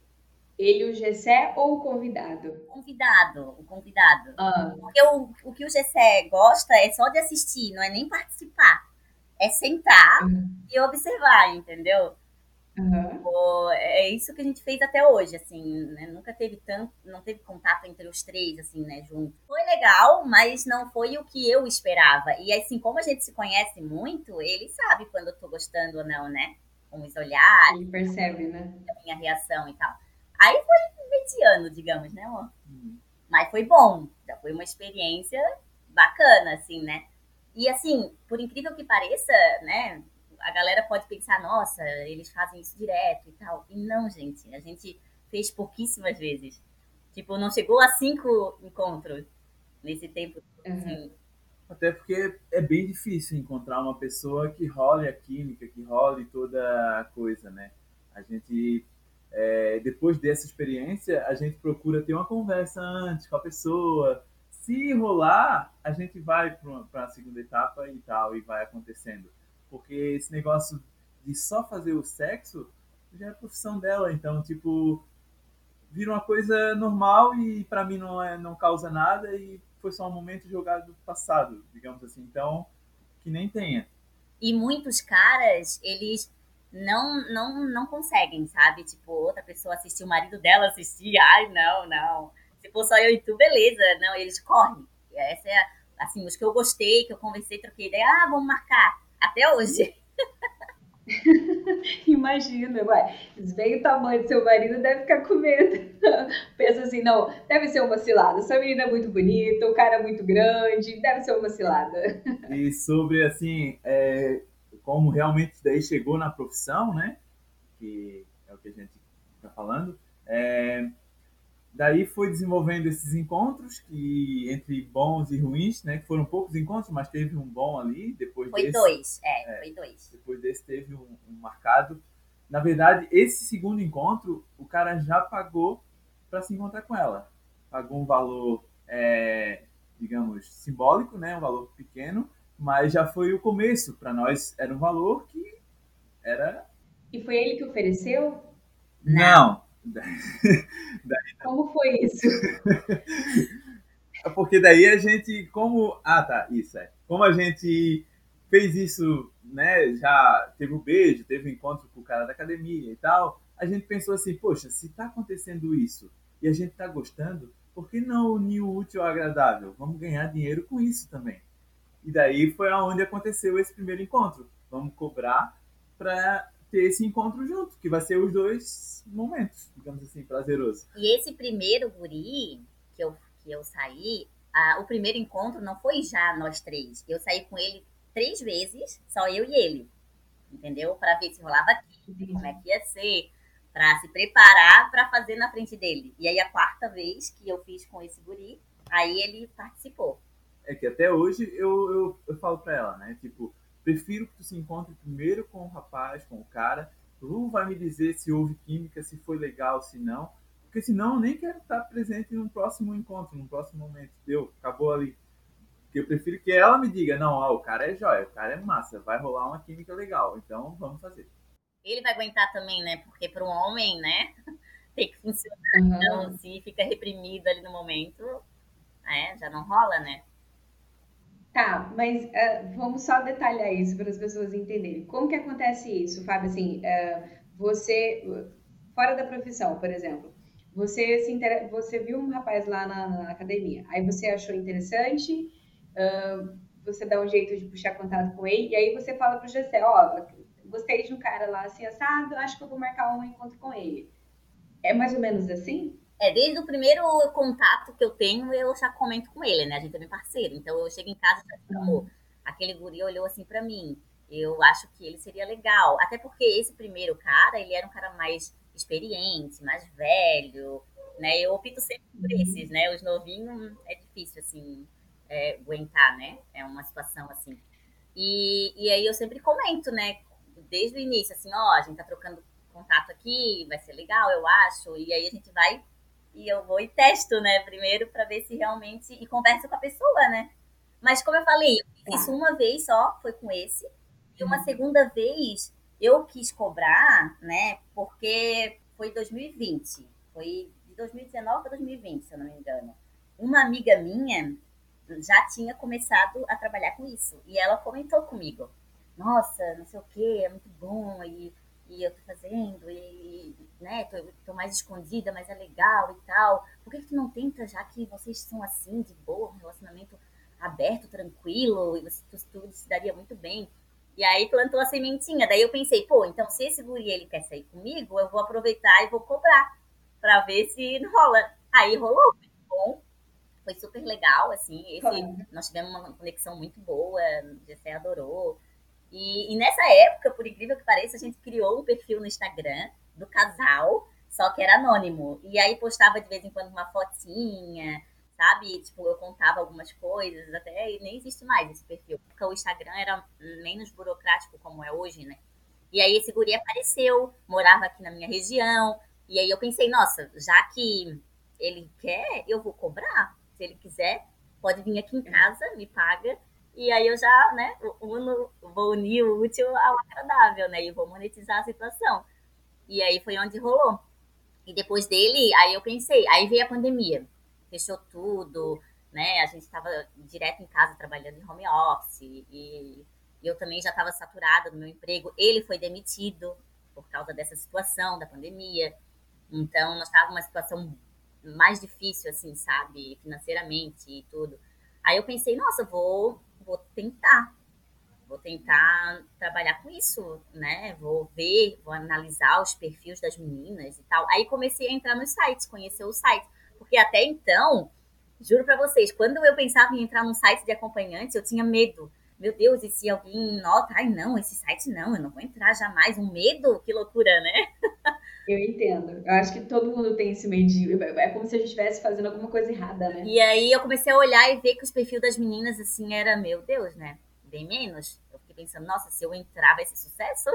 Ele, o Gessé ou o convidado? O convidado, o convidado. Ah, Porque o, o que o Gessé gosta é só de assistir, não é nem participar. É sentar uhum, e observar, entendeu? uhum. Pô, é isso que a gente fez até hoje, assim, né? Nunca teve tanto, não teve contato entre os três, assim, né, junto. Foi legal, mas não foi o que eu esperava. E assim, como a gente se conhece muito, ele sabe quando eu tô gostando ou não, né? Com os olhares, Ele percebe, né? a minha reação e tal. Aí foi mediano, digamos, né, amor? Hum. Mas foi bom, já foi uma experiência bacana, assim, né? E assim, por incrível que pareça, né? A galera pode pensar, nossa, eles fazem isso direto e tal. E não, gente, a gente fez pouquíssimas vezes. Tipo, não chegou a cinco encontros nesse tempo, Uhum. assim. Até porque é bem difícil encontrar uma pessoa que role a química, que role toda a coisa, né? A gente, é, depois dessa experiência, a gente procura ter uma conversa antes com a pessoa. Se rolar, a gente vai para a segunda etapa e tal, e vai acontecendo. Porque esse negócio de só fazer o sexo já é a profissão dela, então, tipo, vira uma coisa normal e para mim não, é, não causa nada e foi só um momento jogado do passado, digamos assim. Então, que nem tenha. E muitos caras, eles não, não, não conseguem, sabe? Tipo, outra pessoa assistir, o marido dela assistir, ai, não, não. Se for só eu e tu, beleza. Não, eles correm. Essa é, assim, os que eu gostei, que eu conversei, troquei ideia, ah, vamos marcar. Até hoje. Imagina, ué, vem o tamanho do seu marido, deve ficar com medo. Pensa assim, não, deve ser uma cilada. Essa menina é muito bonita, o cara é muito grande, deve ser uma cilada. E sobre, assim, é, como realmente daí chegou na profissão, né? Que é o que a gente está falando. É, daí foi desenvolvendo esses encontros que entre bons e ruins, né? Que foram poucos encontros, mas teve um bom ali. Depois Foi desse, dois, é, é, foi dois. depois desse teve um, um marcado. Na verdade, esse segundo encontro, o cara já pagou para se encontrar com ela. Pagou um valor, é, digamos, simbólico, né? Um valor pequeno, mas já foi o começo. Para nós era um valor que era. E foi ele que ofereceu? Não. Não! Como foi isso? Porque daí a gente, como. Ah, tá, isso é. Como a gente fez isso, né? Já teve o beijo, teve o encontro com o cara da academia e tal. A gente pensou assim, poxa, se tá acontecendo isso e a gente tá gostando, por que não unir o útil ao agradável? Vamos ganhar dinheiro com isso também. E daí foi aonde aconteceu esse primeiro encontro. Vamos cobrar para ter esse encontro junto, que vai ser os dois momentos, digamos assim, prazeroso. E esse primeiro guri que eu, que eu saí, ah, o primeiro encontro não foi já nós três. Eu saí com ele três vezes, só eu e ele. Entendeu? Para ver se rolava aqui, como é que ia ser, para se preparar para fazer na frente dele. E aí a quarta vez que eu fiz com esse guri, aí ele participou. É que até hoje eu, eu, eu falo pra ela, né? Tipo, prefiro que tu se encontre primeiro com o rapaz, com o cara. Tu vai me dizer se houve química, se foi legal, se não. Porque senão eu nem quero estar presente num próximo encontro, num próximo momento. Deu, acabou ali. Porque eu prefiro que ela me diga, não, ó, o cara é jóia, o cara é massa, vai rolar uma química legal, então vamos fazer. Ele vai aguentar também, né? Porque para um homem, né, tem que funcionar. Então, Uhum. se fica reprimido ali no momento, é, já não rola, né? Tá, mas uh, vamos só detalhar isso para as pessoas entenderem. Como que acontece isso, Fábio? Assim, uh, você, fora da profissão, por exemplo, você, se inter... você viu um rapaz lá na, na academia, aí você achou interessante, uh, você dá um jeito de puxar contato com ele, e aí você fala pro Gessé, ó, gostei de um cara lá assim, assado, acho que eu vou marcar um encontro com ele. É mais ou menos assim? É, desde o primeiro contato que eu tenho, eu já comento com ele, né? A gente é bem parceiro. Então eu chego em casa e já digo, amor, aquele guri olhou assim pra mim. Eu acho que ele seria legal. Até porque esse primeiro cara, ele era um cara mais experiente, mais velho, né? Eu opto sempre por esses, né? Os novinhos é difícil, assim, é, aguentar, né? É uma situação assim. E, e aí eu sempre comento, né? Desde o início, assim, ó, a gente tá trocando contato aqui, vai ser legal, eu acho. E aí a gente vai e eu vou e testo, né? Primeiro para ver se realmente. E converso com a pessoa, né? Mas como eu falei, eu fiz isso uma vez só, foi com esse. E uma segunda vez eu quis cobrar, né? Porque foi dois mil e vinte. Foi de dois mil e dezenove para dois mil e vinte, se eu não me engano. Uma amiga minha já tinha começado a trabalhar com isso. E ela comentou comigo. Nossa, não sei o que, é muito bom. E, e eu tô fazendo, e né, tô, tô mais escondida, mas é legal e tal. Por que, que tu não tenta, já que vocês são assim, de boa, um relacionamento aberto, tranquilo, e você, tudo se daria muito bem. E aí plantou a sementinha. Daí eu pensei, pô, então se esse guri ele quer sair comigo, eu vou aproveitar e vou cobrar pra ver se rola. Aí rolou, foi bom, foi super legal, assim. Esse, claro. Nós tivemos uma conexão muito boa, o G C adorou. E, e nessa época, por incrível que pareça, a gente criou um perfil no Instagram do casal, só que era anônimo. E aí postava de vez em quando uma fotinha, sabe? Tipo, eu contava algumas coisas, até nem existe mais esse perfil. Porque o Instagram era menos burocrático como é hoje, né? E aí esse guri apareceu, morava aqui na minha região. E aí eu pensei, nossa, já que ele quer, eu vou cobrar. Se ele quiser, pode vir aqui em casa, me paga. E aí eu já, né, uno, vou unir o útil ao agradável, né? E vou monetizar a situação. E aí foi onde rolou. E depois dele, aí eu pensei, aí veio a pandemia. Fechou tudo, né? A gente estava direto em casa trabalhando em home office. E, e eu também já estava saturada no meu emprego. Ele foi demitido por causa dessa situação da pandemia. Então, nós estávamos numa situação mais difícil, assim, sabe? Financeiramente e tudo. Aí eu pensei, nossa, vou, vou tentar. Vou tentar trabalhar com isso, né? Vou ver, vou analisar os perfis das meninas e tal. Aí comecei a entrar nos sites, conhecer os sites. Porque até então, juro pra vocês, quando eu pensava em entrar num site de acompanhante, eu tinha medo. Meu Deus, e se alguém nota? Ai, não, esse site não, eu não vou entrar jamais. Um medo? Que loucura, né? Eu entendo. Eu acho que todo mundo tem esse medinho. É como se a gente estivesse fazendo alguma coisa errada, né? E aí eu comecei a olhar e ver que os perfis das meninas, assim, era, meu Deus, né? Bem menos. Eu fiquei pensando, nossa, se eu entrar vai ser sucesso?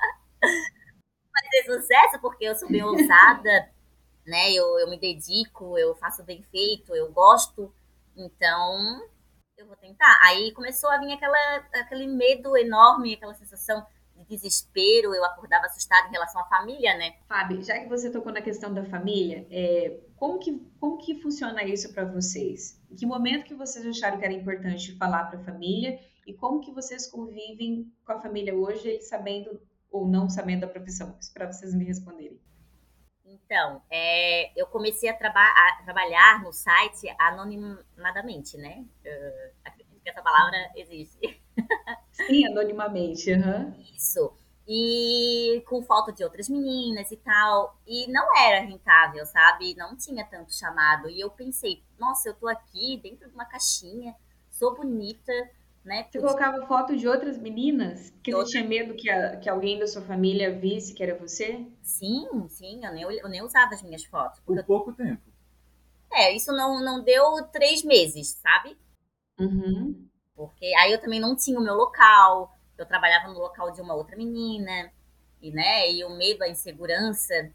Vai ser sucesso porque eu sou bem ousada, né? Eu, eu me dedico, eu faço bem feito, eu gosto. Então, eu vou tentar. Aí começou a vir aquela, aquele medo enorme, aquela sensação de desespero. Eu acordava assustada em relação à família, né? Fábio, já que você tocou na questão da família, é, como, que, como que funciona isso para vocês? Em que momento que vocês acharam que era importante falar para a família e como que vocês convivem com a família hoje, eles sabendo ou não sabendo da profissão? Isso para vocês me responderem. Então, é, eu comecei a, traba a, trabalhar no site anonimamente, né? Uh, acredito que essa palavra existe. Sim, anonimamente. Uhum. Isso. E com foto de outras meninas e tal. E não era rentável, sabe? Não tinha tanto chamado. E eu pensei, nossa, eu tô aqui dentro de uma caixinha, sou bonita, né? Você colocava foto de outras meninas? Porque você tinha medo que, a, que alguém da sua família visse que era você? Sim, sim, eu nem, eu nem usava as minhas fotos. Por pouco tempo. É, isso não, não deu três meses, sabe? Uhum. Porque aí eu também não tinha o meu local, eu trabalhava no local de uma outra menina, e, né, e o medo, a insegurança.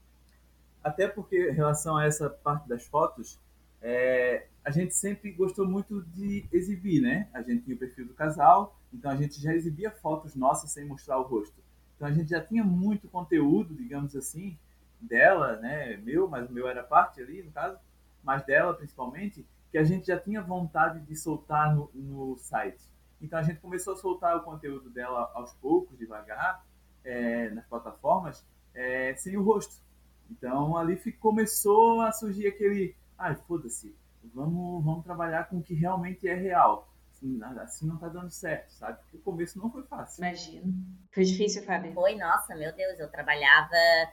Até porque, em relação a essa parte das fotos, é, a gente sempre gostou muito de exibir, né? A gente tinha o perfil do casal, então a gente já exibia fotos nossas sem mostrar o rosto. Então a gente já tinha muito conteúdo, digamos assim, dela, né? Meu, mas o meu era parte ali, no caso, mas dela principalmente, que a gente já tinha vontade de soltar no, no site. Então a gente começou a soltar o conteúdo dela aos poucos, devagar, é, nas plataformas, é, sem o rosto. Então ali começou a surgir aquele, ai, foda-se, vamos, vamos trabalhar com o que realmente é real. Assim, assim não tá dando certo, sabe? Porque o começo não foi fácil. Imagino. Foi difícil, Fábio? Foi, nossa, meu Deus, eu trabalhava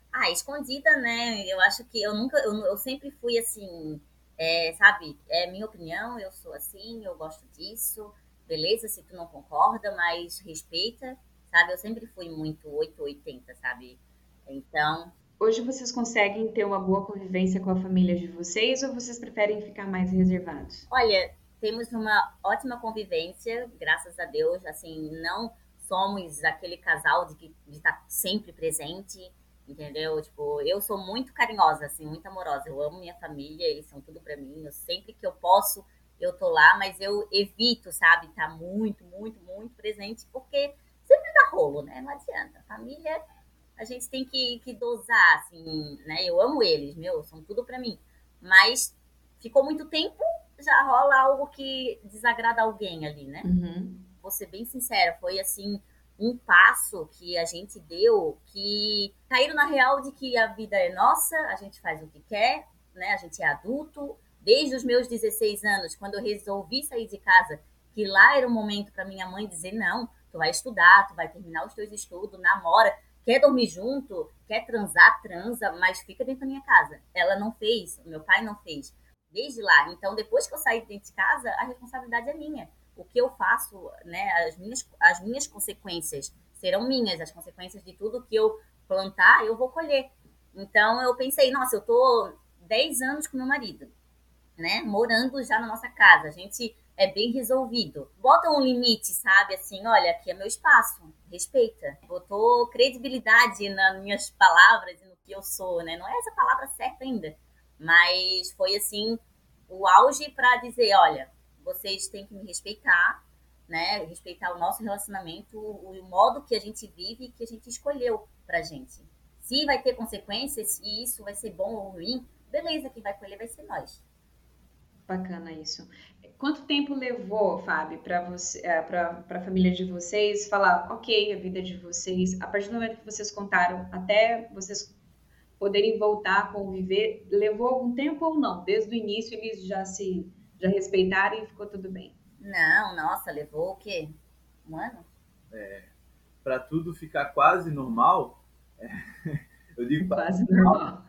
Ah, escondida, né? Eu acho que eu nunca, eu, eu sempre fui assim, é, sabe? É minha opinião, eu sou assim, eu gosto disso, beleza? Se tu não concorda, mas respeita, sabe? Eu sempre fui muito oito ou oitenta, sabe? Então, Hoje vocês conseguem ter uma boa convivência com a família de vocês ou vocês preferem ficar mais reservados? olha, temos uma ótima convivência, graças a Deus. Assim, não somos aquele casal de que de estar sempre presente, entendeu? Tipo, eu sou muito carinhosa, assim, muito amorosa. Eu amo minha família, eles são tudo pra mim. Eu sempre que eu posso, eu tô lá, mas eu evito, sabe, estar muito, muito, muito presente, porque sempre dá rolo, né? Não adianta. Família, a gente tem que, que dosar, assim, né? Eu amo eles, meu, são tudo pra mim. Mas ficou muito tempo, já rola algo que desagrada alguém ali, né? Uhum. Vou ser bem sincera, foi assim um passo que a gente deu que caíram na real de que a vida é nossa, a gente faz o que quer, né? A gente é adulto. Desde os meus dezesseis anos, quando eu resolvi sair de casa, que lá era o momento para minha mãe dizer não, tu vai estudar, tu vai terminar os teus estudos, namora, quer dormir junto, quer transar, transa, mas fica dentro da minha casa. Ela não fez, meu pai não fez. Desde lá. Então, depois que eu saí de dentro de casa, a responsabilidade é minha. O que eu faço, né, as minhas, as minhas consequências serão minhas, as consequências de tudo que eu plantar, eu vou colher. Então, eu pensei, nossa, eu tô dez anos com meu marido, né, morando já na nossa casa, a gente é bem resolvido. Bota um limite, sabe, assim, olha, aqui é meu espaço, respeita. Botou credibilidade nas minhas palavras e no que eu sou, né, não é essa palavra certa ainda, mas foi, assim, o auge para dizer, olha, vocês têm que me respeitar, né, respeitar o nosso relacionamento, o modo que a gente vive e que a gente escolheu pra gente. Se vai ter consequências, se isso vai ser bom ou ruim, beleza, quem vai colher vai ser nós. Bacana isso. Quanto tempo levou, Fábio, para você, para a família de vocês falar, ok, a vida de vocês, a partir do momento que vocês contaram até vocês poderem voltar a conviver, levou algum tempo ou não? Desde o início eles já se já respeitaram e ficou tudo bem? Não, nossa, levou o quê? Um ano? Para tudo ficar quase normal, eu digo quase Quase normal.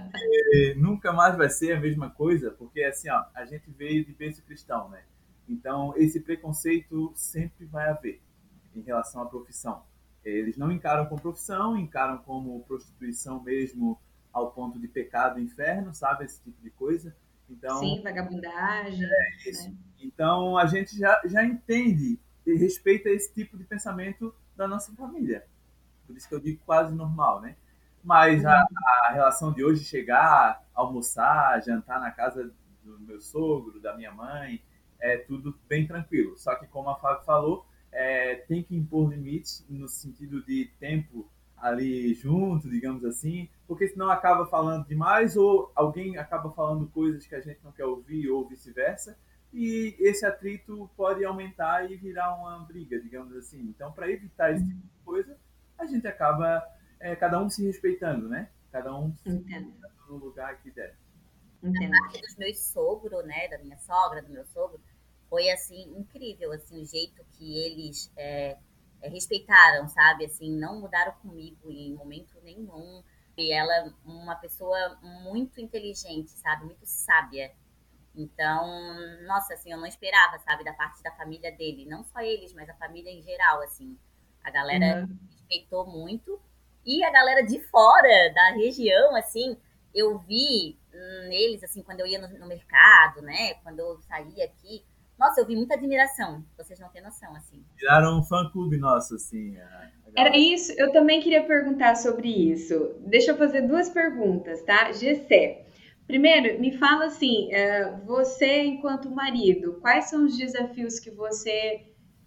que nunca mais vai ser a mesma coisa, porque assim, ó, a gente veio de berço cristão, né? Então, esse preconceito sempre vai haver em relação à profissão. Eles não encaram como profissão, encaram como prostituição mesmo, ao ponto de pecado e inferno, sabe? Esse tipo de coisa. Então, Sim, vagabundagem, isso. né? Então, a gente já, já entende e respeita esse tipo de pensamento da nossa família. Por isso que eu digo quase normal, né? Mas a, Uhum. a relação de hoje, chegar, almoçar, jantar na casa do meu sogro, da minha mãe, é tudo bem tranquilo. Só que, como a Fábio falou, é, tem que impor limites no sentido de tempo ali junto, digamos assim, porque senão acaba falando demais ou alguém acaba falando coisas que a gente não quer ouvir ou vice-versa, e esse atrito pode aumentar e virar uma briga, digamos assim. Então, para evitar esse tipo de coisa, a gente acaba é, cada um se respeitando, né? Cada um se Entendo, no lugar que der. entendo. Dos meus sogros, né, da minha sogra, do meu sogro, foi assim incrível, assim, o jeito que eles é, é, respeitaram, sabe, assim, não mudaram comigo em momento nenhum. E ela é uma pessoa muito inteligente, sabe, muito sábia. Então, nossa, assim, eu não esperava, sabe, da parte da família dele, não só eles, mas a família em geral, assim. A galera Uhum. respeitou muito. E a galera de fora da região, assim, eu vi hum, neles, assim, quando eu ia no, no mercado, né, quando eu saía aqui, nossa, eu vi muita admiração. Vocês não têm noção, assim. Viraram um fã-clube nosso, assim, a, a Era galera. isso, eu também queria perguntar sobre isso. Deixa eu fazer duas perguntas, tá? Gessé, primeiro, me fala assim, eh, você enquanto marido, quais são os desafios que você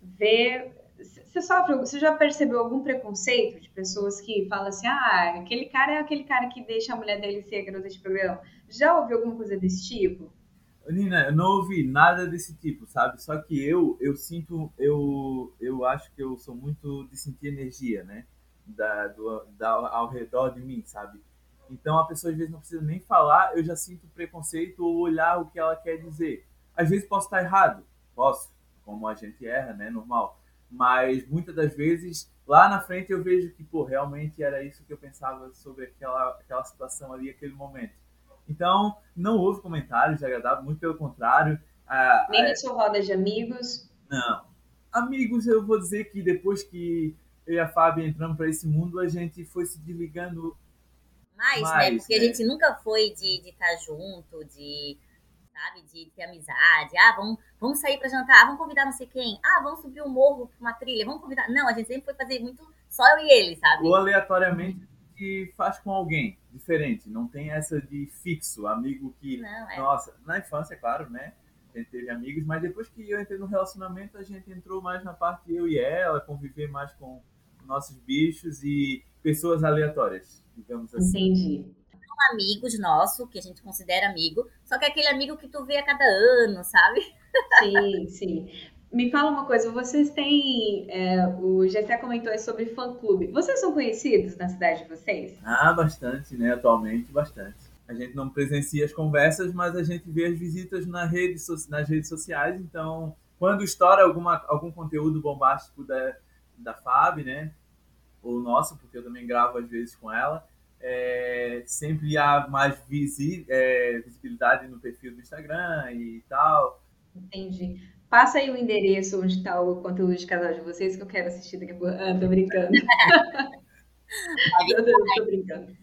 vê? Você sofre, você já percebeu algum preconceito de pessoas que falam assim, ah, aquele cara é aquele cara que deixa a mulher dele ser garota de programa? Já ouviu alguma coisa desse tipo? Nina, eu não ouvi nada desse tipo, sabe? Só que eu, eu sinto, eu, eu acho que eu sou muito de sentir energia, né? Da, do, da, ao redor de mim, sabe? Então a pessoa às vezes não precisa nem falar, eu já sinto preconceito ou olhar o que ela quer dizer. Às vezes posso estar errado, posso, como a gente erra, né? Normal. Mas muitas das vezes, lá na frente, eu vejo que, pô, realmente era isso que eu pensava sobre aquela, aquela situação ali, aquele momento. Então, não houve comentários desagradáveis, muito pelo contrário. Ah, Nem na ah, sua roda de amigos? não. Amigos, eu vou dizer que depois que eu e a Fábio entramos para esse mundo, a gente foi se desligando Mais, né? mais, Porque a né? gente nunca foi de estar junto, de, sabe, de ter amizade. Ah, vamos, vamos sair pra jantar. Ah, vamos convidar não sei quem. Ah, vamos subir um morro pra uma trilha. Vamos convidar. Não, a gente sempre foi fazer muito só eu e ele, Ou sabe? aleatoriamente que faz com alguém diferente. Não tem essa de fixo, amigo que, Não, é. nossa, na infância, claro, né? A gente teve amigos, mas depois que eu entrei no relacionamento, a gente entrou mais na parte eu e ela, conviver mais com nossos bichos e pessoas aleatórias, digamos assim. Entendi. Amigos nosso, que a gente considera amigo, só que é aquele amigo que tu vê a cada ano, sabe? Sim, sim. Me fala uma coisa, vocês têm. É, o Gessé comentou aí sobre fã-clube. Vocês são conhecidos na cidade de vocês? Ah, bastante, né? Atualmente, bastante. A gente não presencia as conversas, mas a gente vê as visitas nas redes, so- nas redes sociais. Então, quando estoura alguma, algum conteúdo bombástico da, da Fab, né? Ou nosso, porque eu também gravo às vezes com ela, é, sempre há mais visi, é, visibilidade no perfil do Instagram e tal. Entendi. Passa aí o endereço onde está o conteúdo de casal de vocês que eu quero assistir daqui a pouco. Ah, tô brincando. Tô, tô- tô brincando.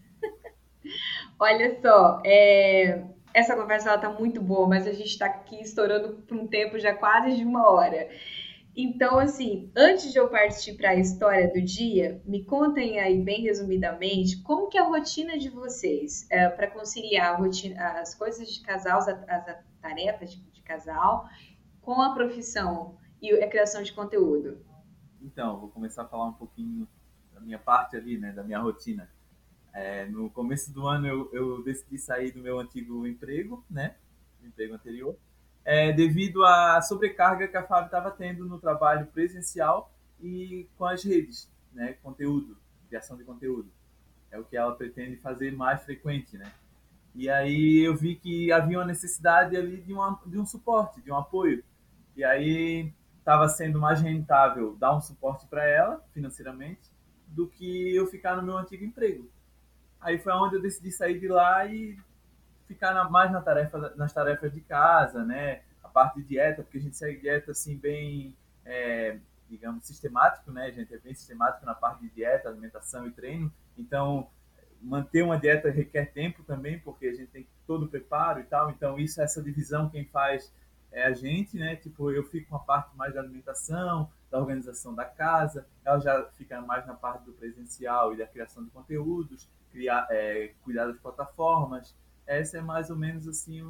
Olha só, é, essa conversa ela tá muito boa, mas a gente está aqui estourando por um tempo já quase de uma hora. Então, assim, antes de eu partir para a história do dia, me contem aí bem resumidamente como que é a rotina de vocês para conciliar a rotina, as coisas de casal, as, as tarefas de, de casal, com a profissão e a criação de conteúdo. Então, vou começar a falar um pouquinho da minha parte ali, né, da minha rotina. É, no começo do ano eu, eu decidi sair do meu antigo emprego, né, do emprego anterior, é, devido à sobrecarga que a Fábio estava tendo no trabalho presencial e com as redes, né, conteúdo, criação de conteúdo. É o que ela pretende fazer mais frequente, né? E aí eu vi que havia uma necessidade ali de, uma, de um suporte, de um apoio. E aí estava sendo mais rentável dar um suporte para ela, financeiramente, do que eu ficar no meu antigo emprego. Aí foi onde eu decidi sair de lá e ficar na, mais na tarefa, nas tarefas de casa, né? A parte de dieta, porque a gente segue dieta assim bem, é, digamos, sistemático, né? A gente é bem sistemático na parte de dieta, alimentação e treino. Então, manter uma dieta requer tempo também, porque a gente tem todo o preparo e tal. Então, isso, essa divisão quem faz é a gente, né? Tipo, eu fico com a parte mais da alimentação, da organização da casa, ela já fica mais na parte do presencial e da criação de conteúdos, criar, é, cuidar das plataformas. Essa é mais ou menos assim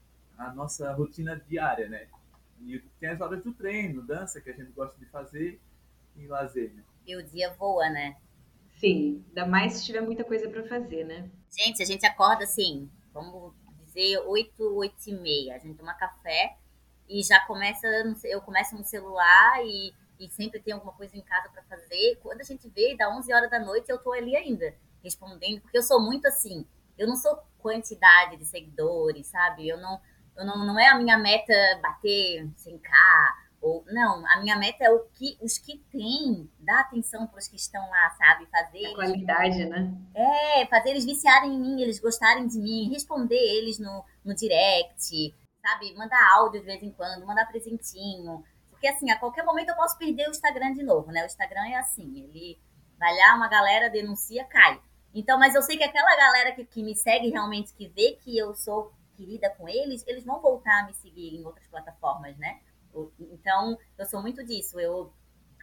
a nossa rotina diária, né? E tem as horas do treino, dança que a gente gosta de fazer e lazer, né? E o dia voa, né? Sim, ainda mais se tiver muita coisa para fazer, né? Gente, a gente acorda assim, vamos dizer, oito, oito e meia. A gente toma café e já começa, eu começo no celular e, e sempre tem alguma coisa em casa para fazer. Quando a gente vê, dá onze horas da noite, eu tô ali ainda, respondendo, porque eu sou muito assim, eu não sou quantidade de seguidores, sabe? Eu não, eu não, não é a minha meta bater cem k, ou, não, a minha meta é o que, os que têm, dar atenção para os que estão lá, sabe? Fazer A eles qualidade, né? é, fazer eles viciarem em mim, eles gostarem de mim, responder eles no, no direct, sabe? Mandar áudio de vez em quando, mandar presentinho. Porque assim, a qualquer momento eu posso perder o Instagram de novo, né? O Instagram é assim, ele vai lá, uma galera denuncia, cai. Então, mas eu sei que aquela galera que, que me segue realmente, que vê que eu sou querida com eles, eles vão voltar a me seguir em outras plataformas, né? Então, eu sou muito disso. Eu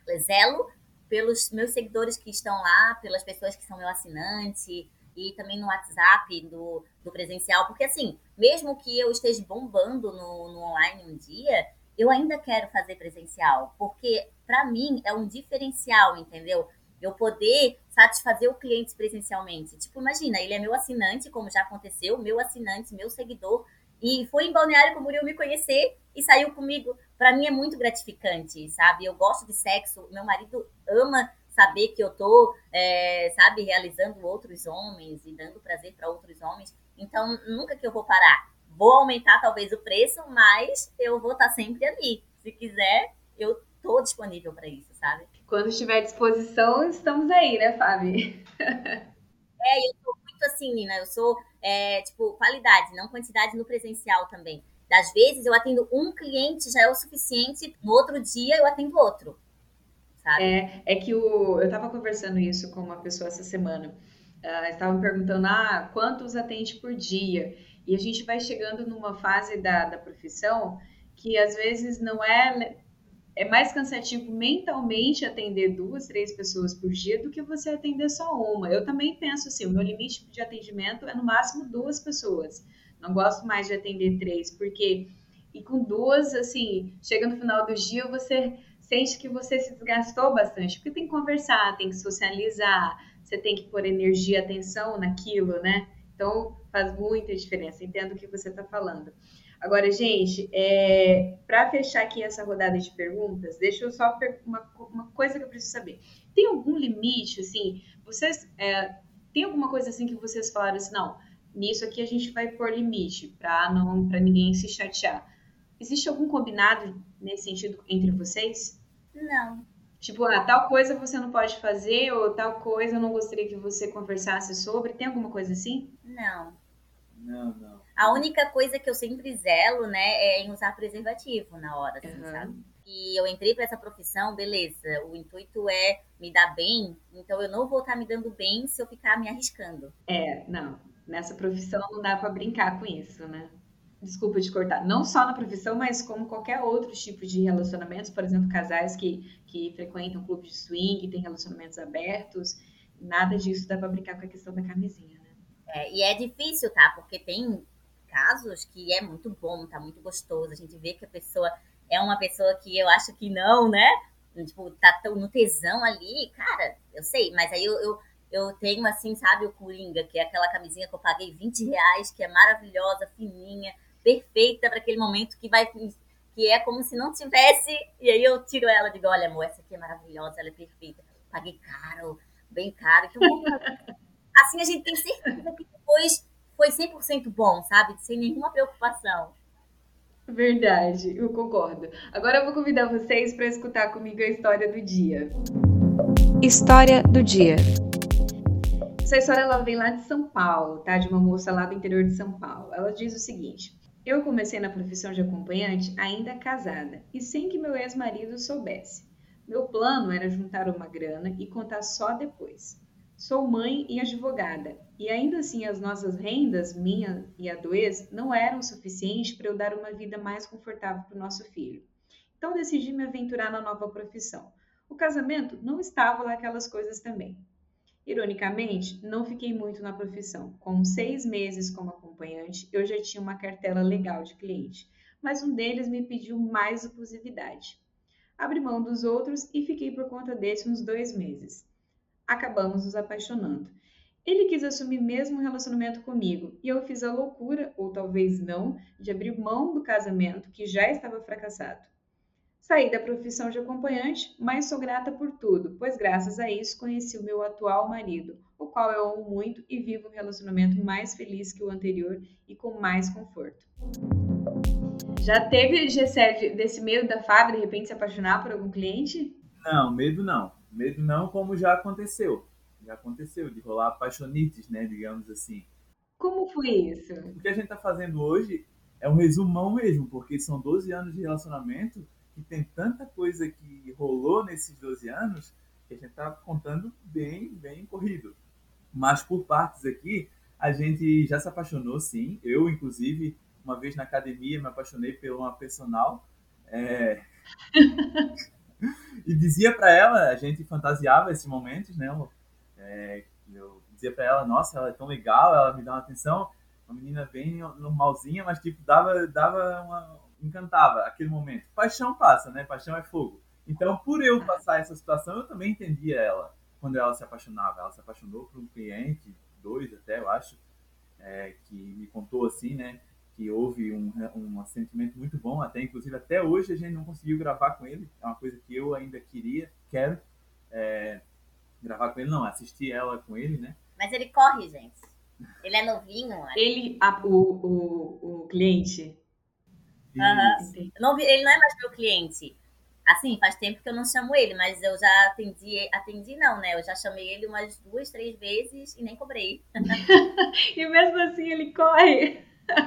zelo pelos meus seguidores que estão lá, pelas pessoas que são meu assinante e também no WhatsApp do, do presencial, porque assim, mesmo que eu esteja bombando no, no online um dia, eu ainda quero fazer presencial, porque para mim é um diferencial, entendeu? Eu poder satisfazer o cliente presencialmente. Tipo, imagina, ele é meu assinante, como já aconteceu, meu assinante, meu seguidor, e foi em Balneário Camboriú me conhecer e saiu comigo. Para mim é muito gratificante, sabe? Eu gosto de sexo, meu marido ama saber que eu tô, é, sabe, realizando outros homens e dando prazer para outros homens. Então, nunca que eu vou parar. Vou aumentar talvez o preço, mas eu vou estar sempre ali. Se quiser, eu tô disponível para isso, sabe? Quando estiver à disposição, estamos aí, né, Fábio? É, eu sou muito assim, Nina, eu sou, é, tipo, qualidade, não quantidade no presencial também. Das vezes eu atendo um cliente, já é o suficiente, no outro dia eu atendo outro, sabe? É, é que o, eu estava conversando isso com uma pessoa essa semana. Uh, estavam me perguntando, ah, quantos atende por dia? E a gente vai chegando numa fase da, da profissão que às vezes não é... É mais cansativo mentalmente atender duas, três pessoas por dia do que você atender só uma. Eu também penso assim, o meu limite de atendimento é no máximo duas pessoas. Não gosto mais de atender três, porque... E com duas, assim, chega no final do dia, você sente que você se desgastou bastante, porque tem que conversar, tem que socializar, você tem que pôr energia, atenção naquilo, né? Então, faz muita diferença. Entendo o que você está falando. Agora, gente, é, para fechar aqui essa rodada de perguntas, deixa eu só per- uma, uma coisa que eu preciso saber. Tem algum limite, assim, vocês, é, tem alguma coisa assim que vocês falaram assim, não, nisso aqui a gente vai pôr limite, para não, para ninguém se chatear. Existe algum combinado nesse sentido entre vocês? Não. Tipo, ah, tal coisa você não pode fazer, ou tal coisa eu não gostaria que você conversasse sobre. Tem alguma coisa assim? Não. Não, não. A única coisa que eu sempre zelo, né, é em usar preservativo na hora, assim, Uhum. sabe? E eu entrei para essa profissão, beleza, o intuito é me dar bem, então eu não vou estar me dando bem se eu ficar me arriscando. É, não. Nessa profissão não dá para brincar com isso, né? Desculpa te cortar. Não só na profissão, mas como qualquer outro tipo de relacionamentos, por exemplo, casais que, que frequentam clubes de swing, têm relacionamentos abertos, nada disso dá para brincar com a questão da camisinha, né? É, e é difícil, tá? Porque tem casos que é muito bom, tá muito gostoso. A gente vê que a pessoa é uma pessoa que eu acho que não, né? Tipo, tá tão no tesão ali, cara, eu sei, mas aí eu, eu, eu tenho assim, sabe, o Coringa, que é aquela camisinha que eu paguei vinte reais, que é maravilhosa, fininha, perfeita para aquele momento que vai, que é como se não tivesse, e aí eu tiro ela e digo, olha, amor, essa aqui é maravilhosa, ela é perfeita. Paguei caro, bem caro, que eu vou assim a gente tem certeza que depois foi cem por cento bom, sabe? Sem nenhuma preocupação. Verdade, eu concordo. Agora eu vou convidar vocês para escutar comigo a história do dia. História do dia. Essa história ela vem lá de São Paulo, tá? De uma moça lá do interior de São Paulo. Ela diz o seguinte: eu comecei na profissão de acompanhante ainda casada e sem que meu ex-marido soubesse. Meu plano era juntar uma grana e contar só depois. Sou mãe e advogada, e ainda assim as nossas rendas, minha e a do ex, não eram suficientes para eu dar uma vida mais confortável para o nosso filho. Então decidi me aventurar na nova profissão. O casamento não estava lá aquelas coisas também. Ironicamente, não fiquei muito na profissão. Com seis meses como acompanhante, eu já tinha uma cartela legal de cliente, mas um deles me pediu mais exclusividade. Abri mão dos outros e fiquei por conta desse uns dois meses. Acabamos nos apaixonando. Ele quis assumir mesmo um relacionamento comigo e eu fiz a loucura, ou talvez não, de abrir mão do casamento que já estava fracassado. Saí da profissão de acompanhante, mas sou grata por tudo, pois graças a isso conheci o meu atual marido, o qual eu amo muito e vivo um relacionamento mais feliz que o anterior e com mais conforto. Já teve, Gessé, desse medo da Fábio de repente se apaixonar por algum cliente? Não, medo não. Medo não, como já aconteceu. Já aconteceu, de rolar apaixonites, né, digamos assim. Como foi isso? O que a gente está fazendo hoje é um resumão mesmo, porque são doze anos de relacionamento e tem tanta coisa que rolou nesses doze anos que a gente está contando bem, bem corrido. Mas por partes aqui, a gente já se apaixonou, sim. Eu, inclusive, uma vez na academia, me apaixonei por uma personal. É... e dizia para ela, a gente fantasiava esses momentos, né? É, eu dizia para ela, nossa, ela é tão legal, ela me dá uma atenção, uma menina bem normalzinha, mas tipo dava, dava uma, encantava aquele momento. Paixão passa, né? Paixão é fogo. Então, por eu passar essa situação, eu também entendia ela quando ela se apaixonava. Ela se apaixonou por um cliente, dois até, eu acho, é, que me contou assim, né? Que houve um, um sentimento muito bom, até inclusive até hoje a gente não conseguiu gravar com ele, é uma coisa que eu ainda queria, quero é, gravar com ele, não, assistir ela com ele, né? Mas ele corre, gente. Ele é novinho. Ele, a, o, o, o cliente? Uhum. Não, ele não é mais meu cliente. Assim, faz tempo que eu não chamo ele, mas eu já atendi, atendi não, né? Eu já chamei ele umas duas, três vezes e nem cobrei. E mesmo assim ele corre.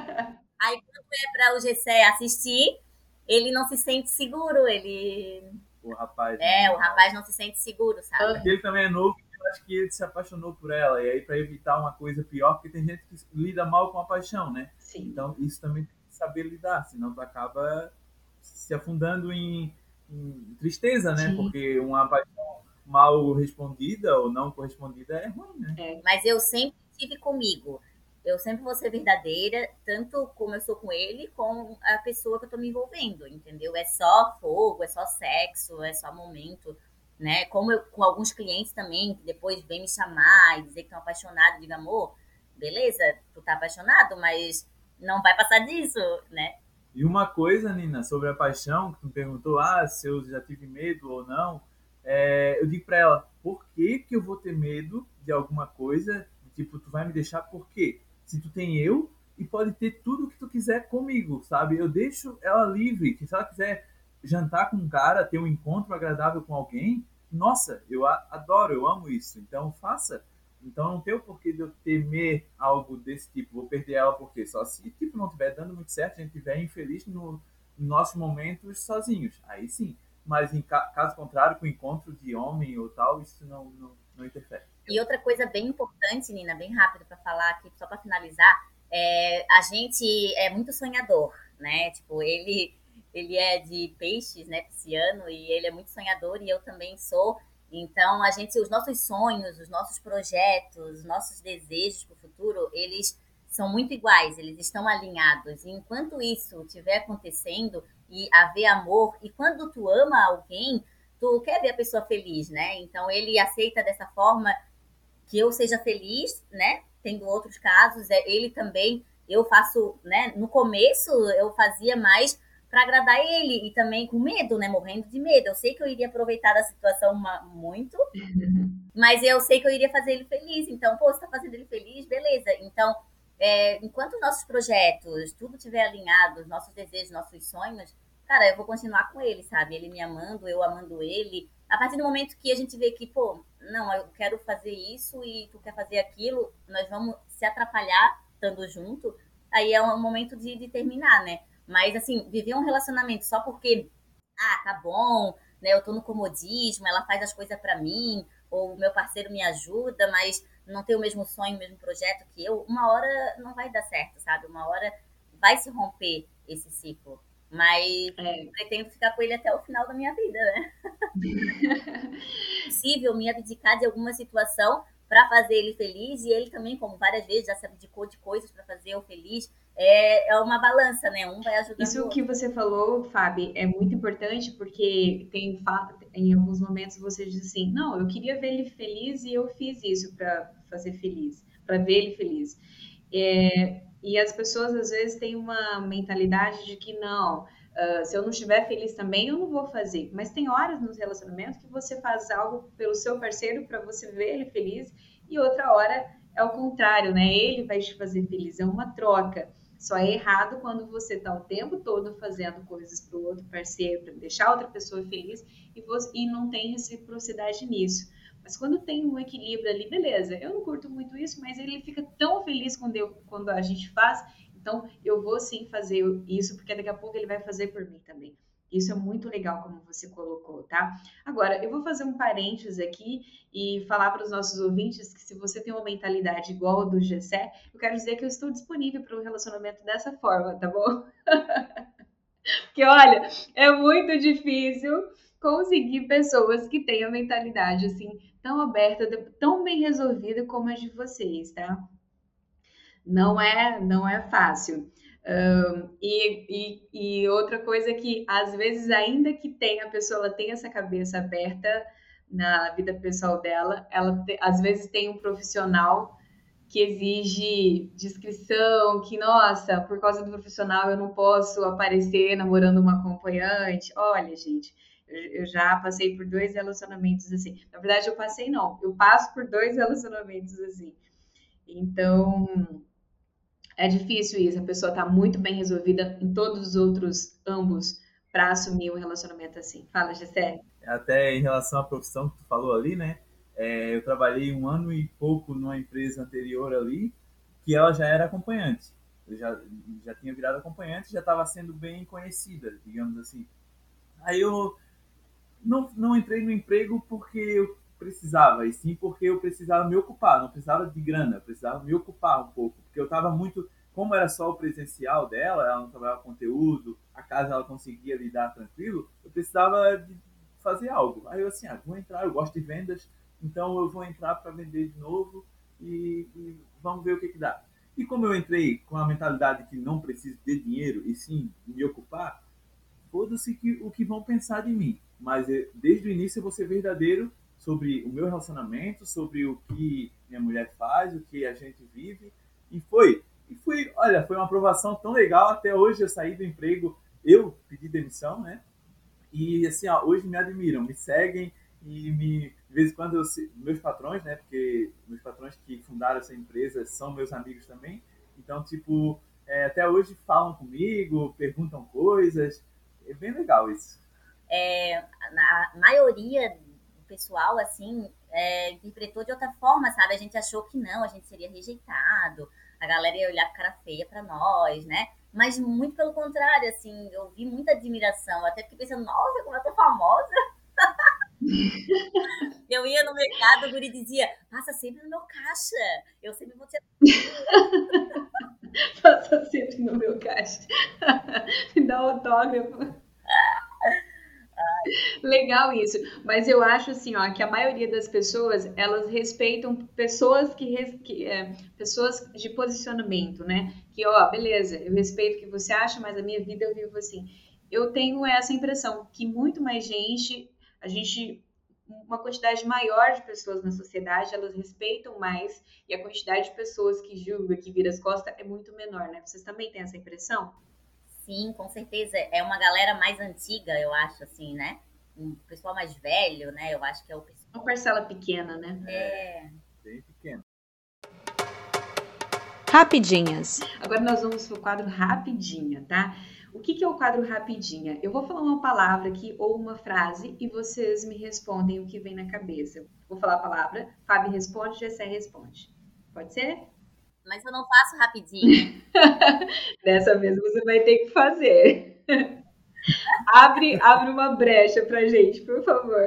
Aí quando é para o Gessé assistir, ele não se sente seguro, ele... O rapaz. É, né? o rapaz não se sente seguro, sabe? Porque ele também é novo, eu acho que ele se apaixonou por ela. E aí, para evitar uma coisa pior, porque tem gente que lida mal com a paixão, né? Sim. Então, isso também tem que saber lidar, senão tu acaba se afundando em, em tristeza, né? Sim. Porque uma paixão mal respondida ou não correspondida é ruim, né? É. Mas eu sempre tive comigo. Eu sempre vou ser verdadeira, tanto como eu sou com ele, com a pessoa que eu tô me envolvendo, entendeu? É só fogo, é só sexo, é só momento, né? Como eu, com alguns clientes também, que depois vêm me chamar e dizer que estão apaixonados, eu digo, amor, beleza, tu tá apaixonado, mas não vai passar disso, né? E uma coisa, Nina, sobre a paixão, que tu me perguntou, ah, se eu já tive medo ou não, é, eu digo pra ela, por que que eu vou ter medo de alguma coisa? Tipo, tu vai me deixar por quê? Se tu tem eu, e pode ter tudo o que tu quiser comigo, sabe? Eu deixo ela livre, que se ela quiser jantar com um cara, ter um encontro agradável com alguém, nossa, eu adoro, eu amo isso, então faça. Então não tem o porquê de eu temer algo desse tipo, vou perder ela porque só se tipo não estiver dando muito certo, a gente estiver infeliz no, nos nossos momentos sozinhos, aí sim. Mas em ca- caso contrário, com o encontro de homem ou tal, isso não, não, não interfere. E outra coisa bem importante, Nina, bem rápido para falar aqui, só para finalizar, é, a gente é muito sonhador, né? Tipo, ele, ele é de peixes, né, pisciano, e ele é muito sonhador e eu também sou. Então, a gente, os nossos sonhos, os nossos projetos, os nossos desejos para o futuro, eles são muito iguais, eles estão alinhados. E enquanto isso estiver acontecendo e haver amor, e quando tu ama alguém, tu quer ver a pessoa feliz, né? Então, ele aceita dessa forma que eu seja feliz, né? Tendo outros casos, é, ele também, eu faço, né? No começo eu fazia mais para agradar ele e também com medo, né? Morrendo de medo. Eu sei que eu iria aproveitar da situação uma, muito, mas eu sei que eu iria fazer ele feliz. Então, pô, você tá fazendo ele feliz, beleza. Então, é, enquanto nossos projetos, tudo estiver alinhado, os nossos desejos, nossos sonhos, cara, eu vou continuar com ele, sabe? Ele me amando, eu amando ele. A partir do momento que a gente vê que, pô, não, eu quero fazer isso e tu quer fazer aquilo, nós vamos se atrapalhar estando junto, aí é um momento de, de terminar, né? Mas, assim, viver um relacionamento só porque, ah, tá bom, né? Eu tô no comodismo, ela faz as coisas pra mim, ou o meu parceiro me ajuda, mas não tem o mesmo sonho, o mesmo projeto que eu, uma hora não vai dar certo, sabe? Uma hora vai se romper esse ciclo. Mas É. pretendo ficar com ele até o final da minha vida, né? É possível me abdicar de alguma situação para fazer ele feliz, e ele também, como várias vezes, já se abdicou de coisas para fazer eu feliz. É, é uma balança, né? Um vai ajudando o Isso outro. que você falou, Fábio, é muito importante porque tem fa- em alguns momentos você diz assim, não, eu queria ver ele feliz e eu fiz isso para fazer feliz, para ver ele feliz. É, e as pessoas às vezes têm uma mentalidade de que não, ah, se eu não estiver feliz também, eu não vou fazer. Mas tem horas nos relacionamentos que você faz algo pelo seu parceiro para você ver ele feliz, e outra hora é o contrário, né? Ele vai te fazer feliz, é uma troca. Só é errado quando você está o tempo todo fazendo coisas para o outro parceiro, para deixar outra pessoa feliz, e, você, e não tem reciprocidade nisso. Mas quando tem um equilíbrio ali, beleza, eu não curto muito isso, mas ele fica tão feliz quando, eu, quando a gente faz, então eu vou sim fazer isso, porque daqui a pouco ele vai fazer por mim também. Isso é muito legal como você colocou, tá? Agora, eu vou fazer um parênteses aqui e falar para os nossos ouvintes que se você tem uma mentalidade igual a do Gessé, eu quero dizer que eu estou disponível para um relacionamento dessa forma, tá bom? Porque, olha, é muito difícil conseguir pessoas que tenham mentalidade assim tão aberta, tão bem resolvida como a de vocês, tá? Não é, não é fácil. Um, e, e, e outra coisa que, às vezes, ainda que tenha, a pessoa ela tem essa cabeça aberta na vida pessoal dela, ela te, às vezes tem um profissional que exige descrição, que, nossa, por causa do profissional eu não posso aparecer namorando uma acompanhante. Olha, gente, eu, eu já passei por dois relacionamentos assim. Na verdade, eu passei não, eu passo por dois relacionamentos assim. Então, é difícil isso, a pessoa está muito bem resolvida em todos os outros, ambos para assumir um relacionamento assim? Fala, Gisele. Até em relação à profissão que tu falou ali, né? É, eu trabalhei um ano e pouco numa empresa anterior ali, que ela já era acompanhante. Eu já, já tinha virado acompanhante, já estava sendo bem conhecida, digamos assim. Aí eu não, não entrei no emprego porque eu precisava, e sim porque eu precisava me ocupar, não precisava de grana, eu precisava me ocupar um pouco, porque eu estava muito, como era só o presencial dela, ela não trabalhava conteúdo, a casa ela conseguia lidar tranquilo, eu precisava de fazer algo. Aí eu assim, ah, vou entrar, eu gosto de vendas, então eu vou entrar para vender de novo e, e vamos ver o que que dá. E como eu entrei com a mentalidade que não preciso de dinheiro e sim me ocupar, foda-se que, o que vão pensar de mim. Mas eh, desde o início eu vou ser verdadeiro sobre o meu relacionamento, sobre o que minha mulher faz, o que a gente vive. E foi. E fui, olha, foi uma aprovação tão legal. Até hoje eu saí do emprego, eu pedi demissão, né? E assim, ó, hoje me admiram, me seguem e me, de vez em quando, eu, meus patrões, né? Porque meus patrões que fundaram essa empresa são meus amigos também. Então, tipo, é, até hoje falam comigo, perguntam coisas. É bem legal isso. É, a maioria do pessoal, assim, é, interpretou de outra forma, sabe? A gente achou que não, a gente seria rejeitado, a galera ia olhar com cara feia pra nós, né? Mas muito pelo contrário, assim, eu vi muita admiração, até fiquei pensando, nossa, como eu tô famosa! Eu ia no mercado, o guri dizia, passa sempre no meu caixa, eu sempre vou ter... Passa sempre no meu caixa. Me dá um autógrafo. Legal isso, mas eu acho assim, ó, que a maioria das pessoas, elas respeitam pessoas que, que é, pessoas de posicionamento, né? Que, ó, beleza, eu respeito o que você acha, mas a minha vida eu vivo assim. Eu tenho essa impressão que muito mais gente, a gente, uma quantidade maior de pessoas na sociedade, elas respeitam mais e a quantidade de pessoas que julga, que vira as costas é muito menor, né? Vocês também têm essa impressão? Sim, com certeza. É uma galera mais antiga, eu acho, assim, né? Um pessoal mais velho, né? Eu acho que é o pessoal. Uma parcela pequena, né? É. Bem pequeno. Rapidinhas. Agora nós vamos para o quadro Rapidinha, tá? O que, que é o quadro Rapidinha? Eu vou falar uma palavra aqui ou uma frase e vocês me respondem o que vem na cabeça. Vou falar a palavra, Fábio responde, Gessé responde. Pode ser? Mas eu não faço rapidinho. Dessa vez você vai ter que fazer. abre, abre uma brecha pra gente, por favor.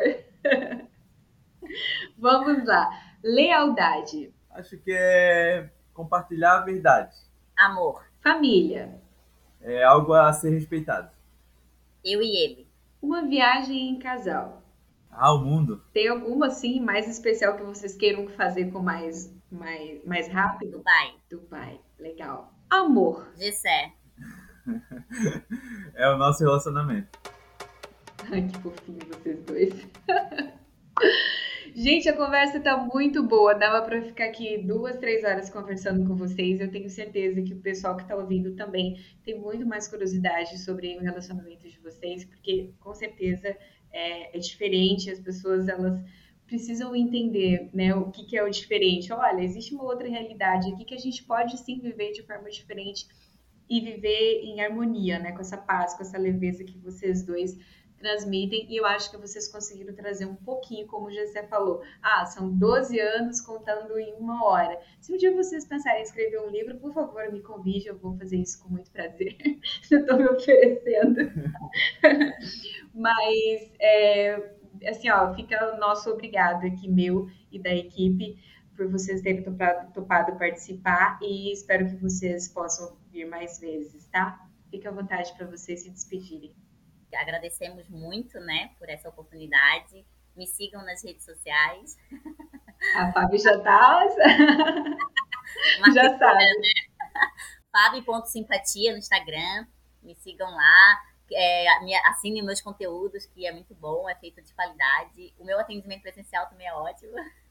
Vamos lá. Lealdade. Acho que é compartilhar a verdade. Amor. Família. É algo a ser respeitado. Eu e ele. Uma viagem em casal. Ah, o mundo. Tem alguma, assim, mais especial que vocês queiram fazer com mais, mais, mais rápido? Dubai. Dubai. Legal. Amor. Gessé. É o nosso relacionamento. Ai, que fofinho vocês dois. Gente, a conversa tá muito boa. Dava para ficar aqui duas, três horas conversando com vocês. Eu tenho certeza que o pessoal que tá ouvindo também tem muito mais curiosidade sobre o relacionamento de vocês, porque com certeza é, é diferente. As pessoas, elas precisam entender, né, o que, que é o diferente. Olha, existe uma outra realidade aqui que a gente pode sim viver de forma diferente e viver em harmonia, né, com essa paz, com essa leveza que vocês dois transmitem, e eu acho que vocês conseguiram trazer um pouquinho, como o Gessé falou, ah, são doze anos contando em uma hora. Se um dia vocês pensarem em escrever um livro, por favor, me convide, eu vou fazer isso com muito prazer. Eu estou me oferecendo. Mas, é, assim, ó, fica o nosso obrigado aqui, meu e da equipe, por vocês terem topado, topado participar, e espero que vocês possam vir mais vezes, tá? Fique à vontade para vocês se despedirem. Agradecemos muito, né, por essa oportunidade. Me sigam nas redes sociais. A Fábio já tá... já sabe. Né? Fábio.simpatia no Instagram. Me sigam lá. É, me, assinem meus conteúdos, que é muito bom, é feito de qualidade. O meu atendimento presencial também é ótimo.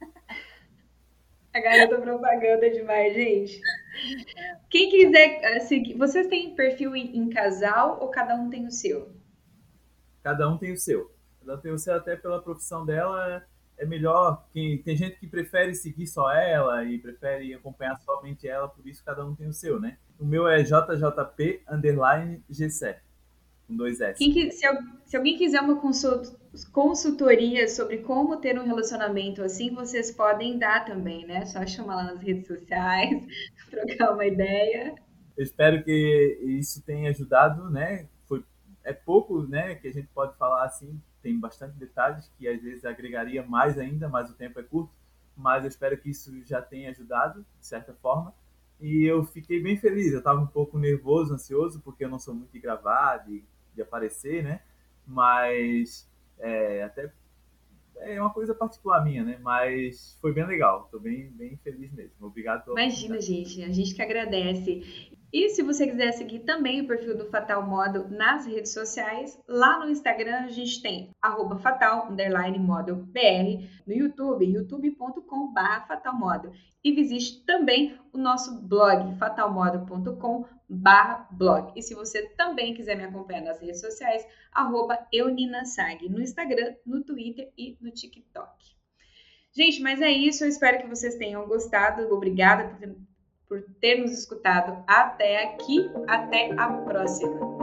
A garota propaganda demais, gente. Quem quiser seguir... Vocês têm perfil em, em casal ou cada um tem o seu? Cada um tem o seu. Cada um tem o seu, até pela profissão dela, é melhor. Quem, tem gente que prefere seguir só ela e prefere acompanhar somente ela, por isso cada um tem o seu, né? O meu é J J P underline Gessé. com dois S. Quem que, se, se alguém quiser uma consult, consultoria sobre como ter um relacionamento assim, vocês podem dar também, né? Só chamar lá nas redes sociais, trocar uma ideia. Eu espero que isso tenha ajudado, né? Foi, é pouco, né, que a gente pode falar assim, tem bastante detalhes que às vezes agregaria mais ainda, mas o tempo é curto, mas eu espero que isso já tenha ajudado, de certa forma, e eu fiquei bem feliz. Eu estava um pouco nervoso, ansioso, porque eu não sou muito de gravar, de, de aparecer, né? Mas é, até é uma coisa particular minha, né? Mas foi bem legal, estou bem, bem feliz mesmo. Obrigado pela Imagina, gente, a gente que agradece. E se você quiser seguir também o perfil do Fatal Model nas redes sociais, lá no Instagram a gente tem arroba fatal, underline model br, no YouTube, youtube ponto com barra fatalmodel. E visite também o nosso blog, fatalmodel ponto com barra blog. E se você também quiser me acompanhar nas redes sociais, arroba euninasag, no Instagram, no Twitter e no TikTok. Gente, mas é isso. Eu espero que vocês tenham gostado. Obrigada por ter, por ter nos escutado até aqui. Até a próxima.